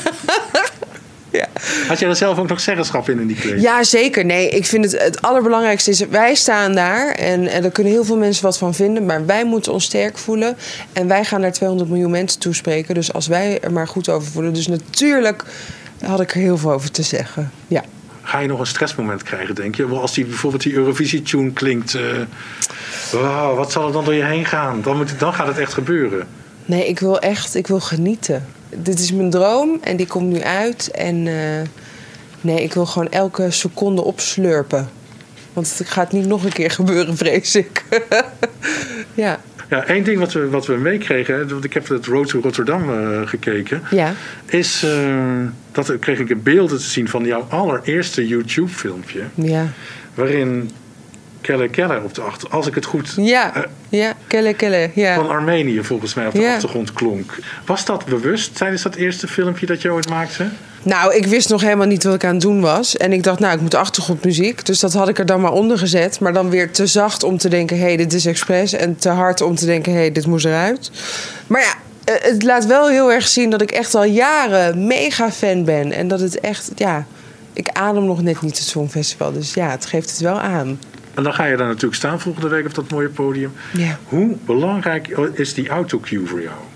Ja. Had jij er zelf ook nog zeggenschap in die kleding? Ja, zeker. Nee, ik vind het allerbelangrijkste is... wij staan daar en daar kunnen heel veel mensen wat van vinden... maar wij moeten ons sterk voelen. En wij gaan naar 200 miljoen mensen toespreken. Dus als wij er maar goed over voelen... dus natuurlijk had ik er heel veel over te zeggen. Ja. Ga je nog een stressmoment krijgen, denk je? Als bijvoorbeeld die Eurovisie-tune klinkt... wow, wat zal er dan door je heen gaan? Dan gaat het echt gebeuren. Nee, ik wil genieten. Dit is mijn droom en die komt nu uit. En nee, ik wil gewoon elke seconde opslurpen. Want het gaat niet nog een keer gebeuren, vrees ik. Ja. Ja, één ding wat we meekregen, want ik heb het Road to Rotterdam gekeken, is dat kreeg ik beelden te zien van jouw allereerste YouTube-filmpje. Ja. Waarin Kelle Kelle op de achtergrond, als ik het goed... Kelle Kelle, ja. Van Armenië volgens mij op de achtergrond klonk. Was dat bewust tijdens dat eerste filmpje dat je ooit maakte? Nou, ik wist nog helemaal niet wat ik aan het doen was. En ik dacht, ik moet achtergrondmuziek. Dus dat had ik er dan maar onder gezet. Maar dan weer te zacht om te denken, dit is expres. En te hard om te denken, dit moest eruit. Maar ja, het laat wel heel erg zien dat ik echt al jaren mega fan ben. En dat het echt, ik adem nog net niet het Songfestival. Dus ja, het geeft het wel aan. En dan ga je daar natuurlijk staan volgende week op dat mooie podium. Ja. Hoe belangrijk is die autocue voor jou?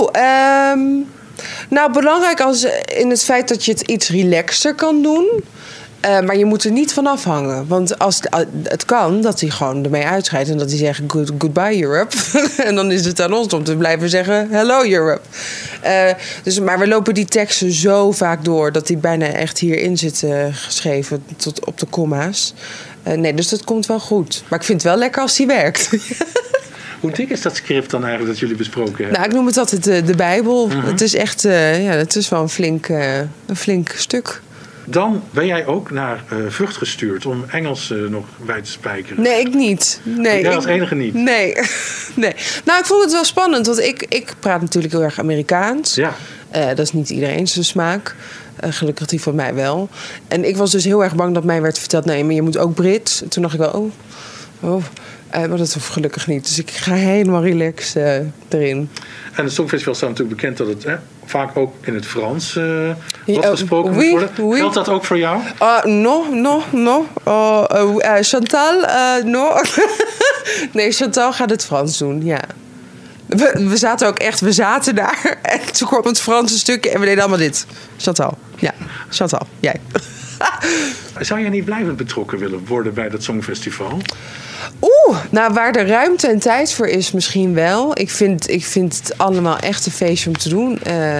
Nou, belangrijk in het feit dat je het iets relaxter kan doen. Maar je moet er niet van afhangen. Want als het kan, dat hij gewoon ermee uitscheidt. En dat hij zegt, goodbye Europe. En dan is het aan ons om te blijven zeggen, hello Europe. Maar we lopen die teksten zo vaak door... dat die bijna echt hierin zit geschreven, tot op de komma's. Nee, dus dat komt wel goed. Maar ik vind het wel lekker als die werkt. Hoe dik is dat script dan eigenlijk dat jullie besproken hebben? Nou, ik noem het altijd de Bijbel. Uh-huh. Het is echt, het is wel een flink stuk. Dan ben jij ook naar Vught gestuurd om Engels nog bij te spijkeren. Nee, ik niet. Nee, jij als enige niet? Nee. Nou, ik vond het wel spannend, want ik praat natuurlijk heel erg Amerikaans. Ja. Dat is niet iedereen zijn smaak. Gelukkig die van mij wel. En ik was dus heel erg bang dat mij werd verteld, nee, maar je moet ook Brits. Toen dacht ik wel, maar dat hoeft gelukkig niet. Dus ik ga helemaal relaxed erin. En het Songfestival staat natuurlijk bekend dat het vaak ook in het Frans wordt gesproken moet worden. Oui. Geldt dat ook voor jou? No. Chantal, no. Nee, Chantal gaat het Frans doen, ja. We zaten daar en toen kwam het Franse stukje en we deden allemaal dit. Chantal, jij. Zou jij niet blijvend betrokken willen worden bij dat Songfestival? Nou, waar er ruimte en tijd voor is, misschien wel. Ik vind het allemaal echt een feestje om te doen.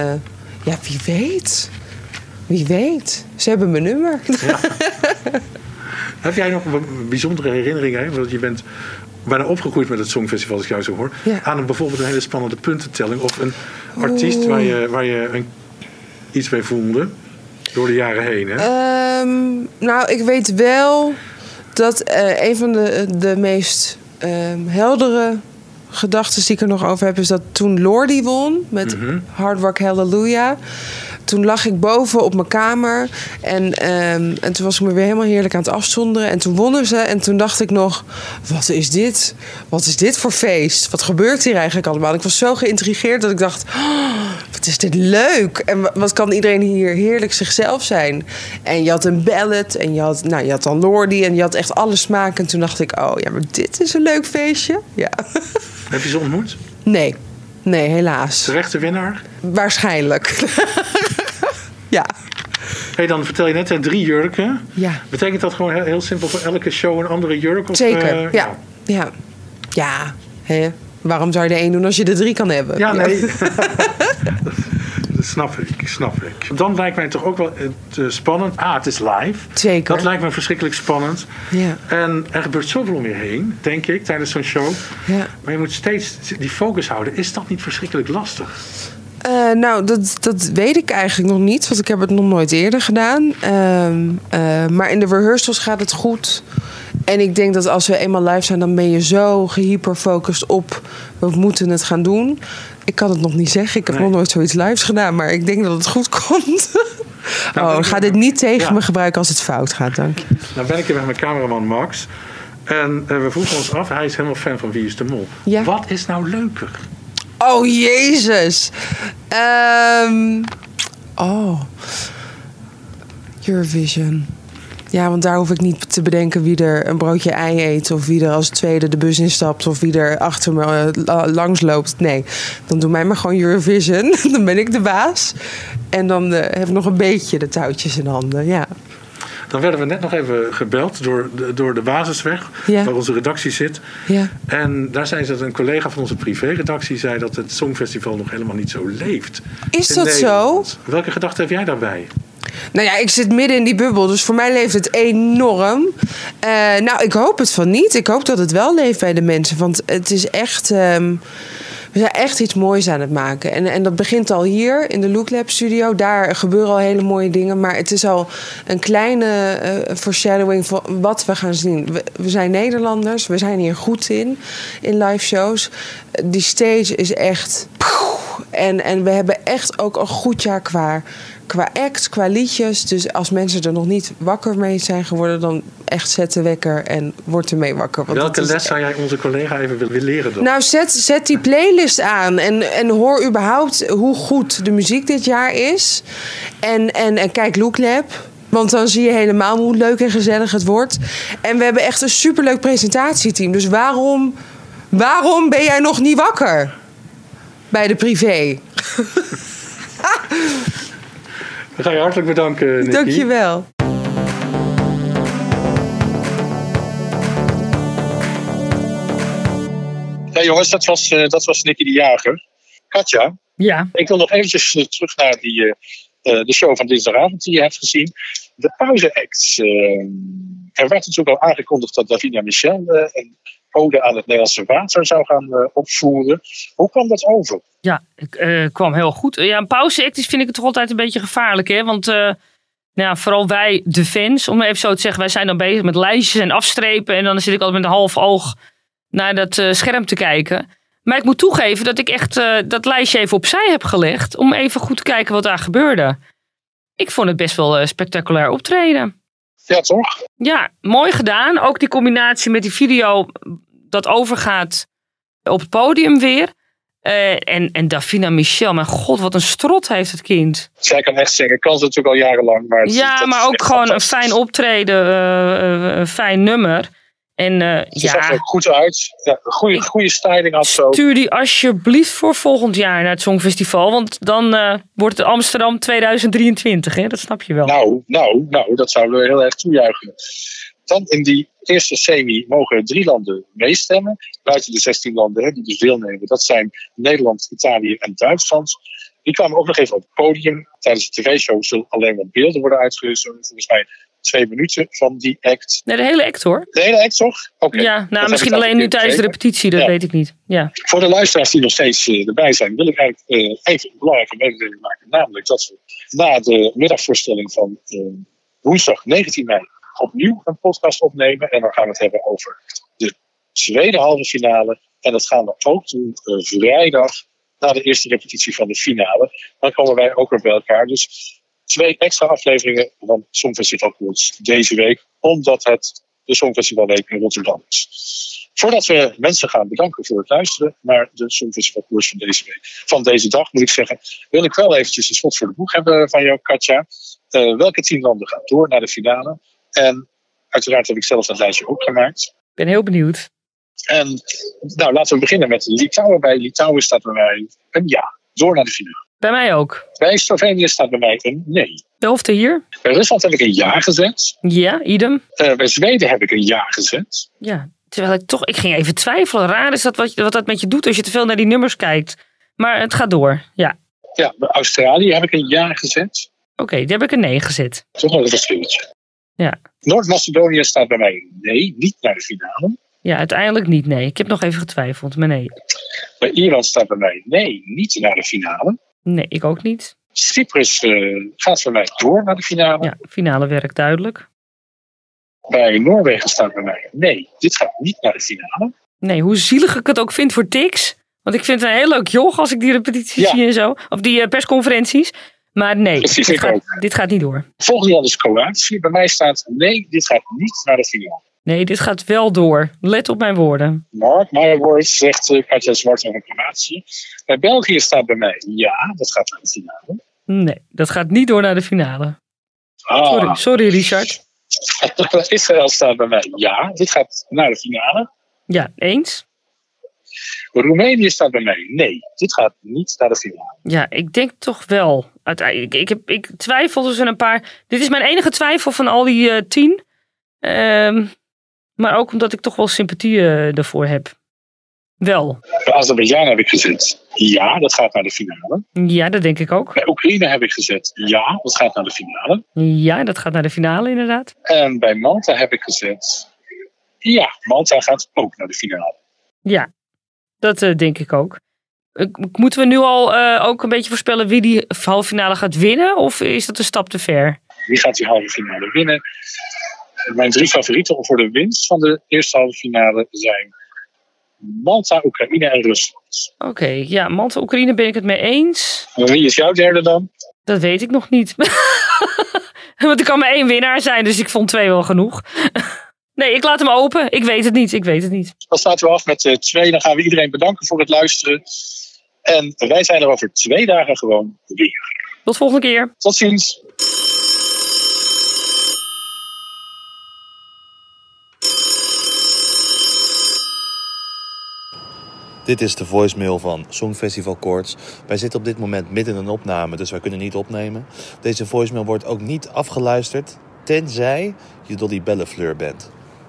Wie weet. Ze hebben mijn nummer. Ja. Heb jij nog een bijzondere herinnering? Want je bent bijna opgegroeid met het Songfestival, als ik jou zo hoor. Ja. Aan bijvoorbeeld een hele spannende puntentelling. Of een artiest waar je iets mee voelde. Door de jaren heen, hè? Nou, ik weet wel dat een van de meest heldere gedachten die ik er nog over heb... is dat toen Lordi won met Hard Rock Hallelujah... Toen lag ik boven op mijn kamer. En toen was ik me weer helemaal heerlijk aan het afzonderen. En toen wonnen ze. En toen dacht ik nog... Wat is dit? Wat is dit voor feest? Wat gebeurt hier eigenlijk allemaal? Ik was zo geïntrigeerd dat ik dacht... wat is dit leuk? En wat kan iedereen hier heerlijk zichzelf zijn? En je had een ballad. En je had dan Lordi. En je had echt alle smaken. En toen dacht ik... Oh ja, maar dit is een leuk feestje. Ja. Heb je ze ontmoet? Nee, helaas. Terechte winnaar? Waarschijnlijk. Ja. Hey, dan vertel je net 3 jurken. Ja. Betekent dat gewoon heel simpel voor elke show een andere jurk? Of, zeker, ja. Hè? Waarom zou je er 1 doen als je er 3 kan hebben? Ja, nee. Dat snap ik. Dan lijkt mij toch ook wel spannend. Het is live. Zeker. Dat lijkt me verschrikkelijk spannend. Ja. En er gebeurt zoveel om je heen, denk ik, tijdens zo'n show. Ja. Maar je moet steeds die focus houden. Is dat niet verschrikkelijk lastig? Dat weet ik eigenlijk nog niet, want ik heb het nog nooit eerder gedaan. Maar in de rehearsals gaat het goed. En ik denk dat als we eenmaal live zijn, dan ben je zo gehyperfocust op... we moeten het gaan doen. Ik kan het nog niet zeggen. Ik heb nog nooit zoiets lives gedaan, maar ik denk dat het goed komt. Ga dit niet tegen me gebruiken als het fout gaat, dank je. Nou ben ik hier met mijn cameraman Max. En we vroegen ons af, hij is helemaal fan van Wie is de Mol. Ja. Wat is nou leuker? Oh, Jezus. Eurovision. Ja, want daar hoef ik niet te bedenken wie er een broodje ei eet... of wie er als tweede de bus instapt... of wie er achter me langs loopt. Nee, dan doe mij maar gewoon Eurovision. Dan ben ik de baas. En dan heb ik nog een beetje de touwtjes in handen, ja. Dan werden we net nog even gebeld door de Basisweg, waar onze redactie zit. Ja. En daar zei ze dat een collega van onze privéredactie zei dat het Songfestival nog helemaal niet zo leeft. Is dat Nederland. Zo? Welke gedachte heb jij daarbij? Nou ja, ik zit midden in die bubbel, dus voor mij leeft het enorm. Ik hoop het van niet. Ik hoop dat het wel leeft bij de mensen, want het is echt... We zijn echt iets moois aan het maken. En dat begint al hier in de Look Lab studio. Daar gebeuren al hele mooie dingen. Maar het is al een kleine foreshadowing van wat we gaan zien. We zijn Nederlanders. We zijn hier goed in live shows. Die stage is echt... En we hebben echt ook een goed jaar qua act, qua liedjes. Dus als mensen er nog niet wakker mee zijn geworden... dan echt zet de wekker en word ermee wakker. Want welke les zou jij onze collega even willen leren dan? Nou, zet die playlist aan en hoor überhaupt hoe goed de muziek dit jaar is. En kijk Look Lab. Want dan zie je helemaal hoe leuk en gezellig het wordt. En we hebben echt een superleuk presentatieteam. Dus waarom ben jij nog niet wakker? Bij de privé. We gaan je hartelijk bedanken, Nikki. Dank je wel. Ja, jongens, dat was Nikki de Jager. Katja, ja. Ik wil nog eventjes terug naar de show van dinsdagavond die je hebt gezien. De pauze-acts. Er werd natuurlijk al aangekondigd dat Davina Michel een ode aan het Nederlandse water zou gaan opvoeren. Hoe kwam dat over? Ja, kwam heel goed. Ja, een pauze-act vind ik het toch altijd een beetje gevaarlijk, hè? Want vooral wij, de fans, om even zo te zeggen, wij zijn dan bezig met lijstjes en afstrepen. En dan zit ik altijd met een half oog naar dat scherm te kijken. Maar ik moet toegeven dat ik echt dat lijstje even opzij heb gelegd om even goed te kijken wat daar gebeurde. Ik vond het best wel spectaculair optreden. Ja, toch? Ja, mooi gedaan. Ook die combinatie met die video dat overgaat op het podium weer. En Davina Michel, mijn god, wat een strot heeft het kind. Zij kan echt zingen, kan ze natuurlijk al jarenlang. Maar ook gewoon een fijn optreden, een fijn nummer. En ze zag er goed uit. Ja, goede styling had zo. Stuur die alsjeblieft voor volgend jaar naar het Songfestival. Want dan wordt het Amsterdam 2023. Hè? Dat snap je wel. Nou, dat zouden we heel erg toejuichen. Dan in die eerste semi mogen 3 landen meestemmen. Buiten de 16 landen die dus deelnemen. Dat zijn Nederland, Italië en Duitsland. Die kwamen ook nog even op het podium. Tijdens de tv-show zullen alleen maar beelden worden uitgezonden. Volgens mij 2 minuten van die act. Nee, de hele act hoor. De hele act toch? Okay. Ja, misschien alleen nu tijdens de repetitie, dat weet ik niet. Ja. Voor de luisteraars die nog steeds erbij zijn, wil ik eigenlijk even een belangrijke mededeling maken. Namelijk dat we na de middagvoorstelling van woensdag 19 mei opnieuw een podcast opnemen. En dan gaan we het hebben over de tweede halve finale. En dat gaan we ook doen vrijdag na de eerste repetitie van de finale. Dan komen wij ook weer bij elkaar. Dus 2 extra afleveringen van Songfestival Koorts deze week. Omdat het de Songfestivalweek in Rotterdam is. Voordat we mensen gaan bedanken voor het luisteren naar de Songfestival Koorts van deze week. Van deze dag moet ik zeggen, wil ik wel eventjes een schot voor de boeg hebben van jou, Katja. Welke 10 landen gaan door naar de finale? En uiteraard heb ik zelf dat lijstje ook gemaakt. Ik ben heel benieuwd. En nou, laten we beginnen met Litouwen. Bij Litouwen staat bij mij een ja, door naar de finale. Bij mij ook. Bij Slovenië staat bij mij een nee. De helft hier. Bij Rusland heb ik een ja gezet. Ja, idem. Bij Zweden heb ik een ja gezet. Ja, terwijl ik ging even twijfelen. Raar is dat wat dat met je doet als je te veel naar die nummers kijkt. Maar het gaat door, ja. Ja, bij Australië heb ik een ja gezet. Oké, die heb ik een nee gezet. Toch wel een verschilletje. Ja. Noord-Macedonië staat bij mij nee, niet naar de finale. Ja, uiteindelijk niet, nee. Ik heb nog even getwijfeld, maar nee. Bij Ierland staat bij mij nee, niet naar de finale. Nee, ik ook niet. Cyprus gaat bij mij door naar de finale. Ja, finale werkt duidelijk. Bij Noorwegen staat bij mij nee, dit gaat niet naar de finale. Nee, hoe zielig ik het ook vind voor Tix. Want ik vind het een heel leuk joch als ik die repetities zie en zo. Of die persconferenties. Maar nee, precies, dit gaat niet door. Volgende land is Kroatië. Bij mij staat nee, dit gaat niet naar de finale. Nee, dit gaat wel door. Let op mijn woorden. Mark my words, zegt Katja Zwart over Kroatië. Bij België staat bij mij ja, dat gaat naar de finale. Nee, dat gaat niet door naar de finale. Ah. Sorry Richard. Israël staat bij mij ja, dit gaat naar de finale. Ja, eens. Roemenië staat bij mij nee, dit gaat niet naar de finale. Ja, ik denk toch wel. Uiteindelijk, ik twijfel tussen een paar. Dit is mijn enige twijfel van al die 10. Maar ook omdat ik toch wel sympathie ervoor heb. Wel. Bij Azerbeidzjan heb ik gezet ja, dat gaat naar de finale. Ja, dat denk ik ook. Bij Oekraïne heb ik gezet ja, dat gaat naar de finale. Ja, dat gaat naar de finale inderdaad. En bij Malta heb ik gezet ja, Malta gaat ook naar de finale. Ja, dat denk ik ook. Moeten we nu al ook een beetje voorspellen wie die halve finale gaat winnen? Of is dat een stap te ver? Wie gaat die halve finale winnen? Mijn 3 favorieten voor de winst van de eerste halve finale zijn Malta, Oekraïne en Rusland. Oké, ja, Malta, Oekraïne ben ik het mee eens. En wie is jouw derde dan? Dat weet ik nog niet. Want er kan maar 1 winnaar zijn, dus ik vond 2 wel genoeg. Nee, ik laat hem open. Ik weet het niet. Dan sluiten we af met 2. Dan gaan we iedereen bedanken voor het luisteren. En wij zijn er over 2 dagen gewoon weer. Tot volgende keer. Tot ziens. Dit is de voicemail van Songfestival Koorts. Wij zitten op dit moment midden in een opname, dus wij kunnen niet opnemen. Deze voicemail wordt ook niet afgeluisterd, tenzij je Dolly Bellefleur bent.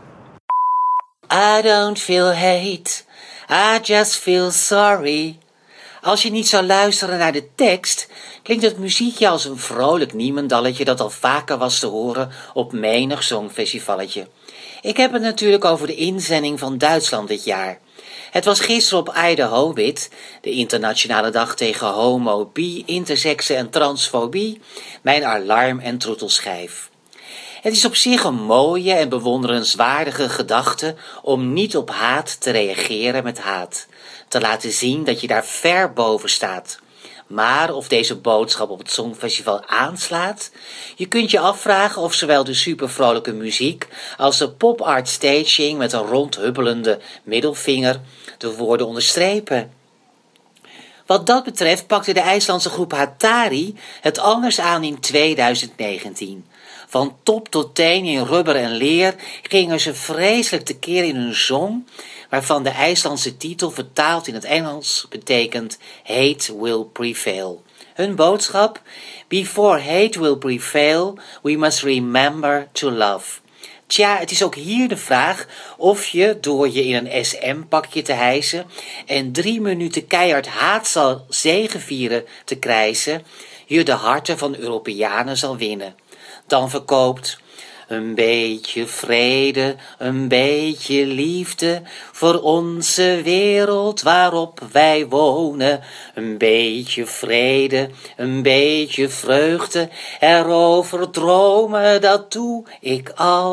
I don't feel hate, I just feel sorry. Als je niet zou luisteren naar de tekst, klinkt het muziekje als een vrolijk niemendalletje dat al vaker was te horen op menig songfestivalletje. Ik heb het natuurlijk over de inzending van Duitsland dit jaar. Het was gisteren op Idaho-wit, de internationale dag tegen homo, bi, interseksen en transfobie, mijn alarm- en troetelschijf. Het is op zich een mooie en bewonderenswaardige gedachte om niet op haat te reageren met haat. Te laten zien dat je daar ver boven staat. Maar of deze boodschap op het Songfestival aanslaat? Je kunt je afvragen of zowel de supervrolijke muziek als de pop-art staging met een rondhubbelende middelvinger de woorden onderstrepen. Wat dat betreft pakte de IJslandse groep Hatari het anders aan in 2019. Van top tot teen in rubber en leer gingen ze vreselijk tekeer in hun song, waarvan de IJslandse titel vertaald in het Engels betekent Hate Will Prevail. Hun boodschap: Before hate will prevail, we must remember to love. Tja, het is ook hier de vraag of je, door je in een SM-pakje te hijsen en 3 minuten keihard haat zal zegevieren te krijsen, je de harten van Europeanen zal winnen. Dan verkoopt een beetje vrede, een beetje liefde voor onze wereld waarop wij wonen. Een beetje vrede, een beetje vreugde, erover dromen, dat doe ik al.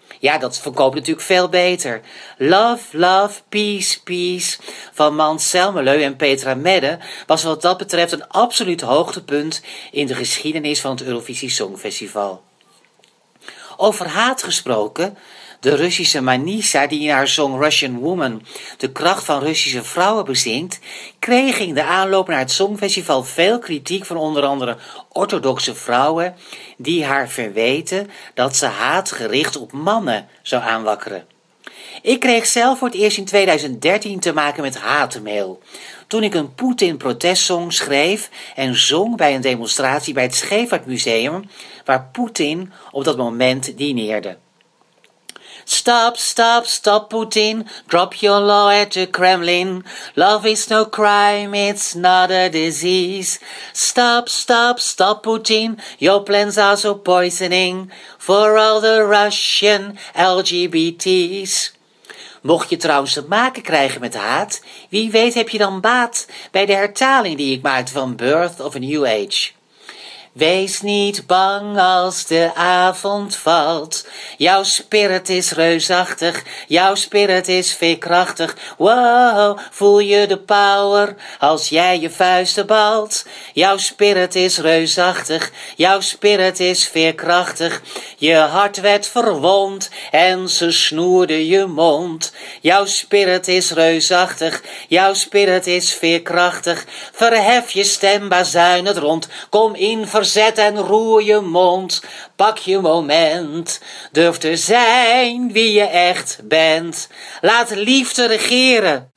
Ja, dat verkoopt natuurlijk veel beter. Love, Love, Peace, Peace van Mans Selmeleu en Petra Medde was wat dat betreft een absoluut hoogtepunt in de geschiedenis van het Eurovisie Songfestival. Over haat gesproken, de Russische Manisa, die in haar song Russian Woman de kracht van Russische vrouwen bezingt, kreeg in de aanloop naar het Songfestival veel kritiek van onder andere orthodoxe vrouwen die haar verweten dat ze haat gericht op mannen zou aanwakkeren. Ik kreeg zelf voor het eerst in 2013 te maken met haatmail, toen ik een Poetin-protestsong schreef en zong bij een demonstratie bij het Scheepvaartmuseum, waar Poetin op dat moment dineerde. Stop, stop, stop, Putin. Drop your law at the Kremlin. Love is no crime, it's not a disease. Stop, stop, stop, Putin. Your plans are so poisoning for all the Russian LGBT's. Mocht je trouwens te maken krijgen met haat, wie weet heb je dan baat bij de hertaling die ik maakte van Birth of a New Age. Wees niet bang als de avond valt. Jouw spirit is reusachtig, jouw spirit is veerkrachtig. Wow, voel je de power als jij je vuisten balt. Jouw spirit is reusachtig, jouw spirit is veerkrachtig. Je hart werd verwond en ze snoerde je mond. Jouw spirit is reusachtig, jouw spirit is veerkrachtig. Verhef je stem, bazuin het rond, kom in verzet en roer je mond. Pak je moment, durf te zijn wie je echt bent. Laat liefde regeren.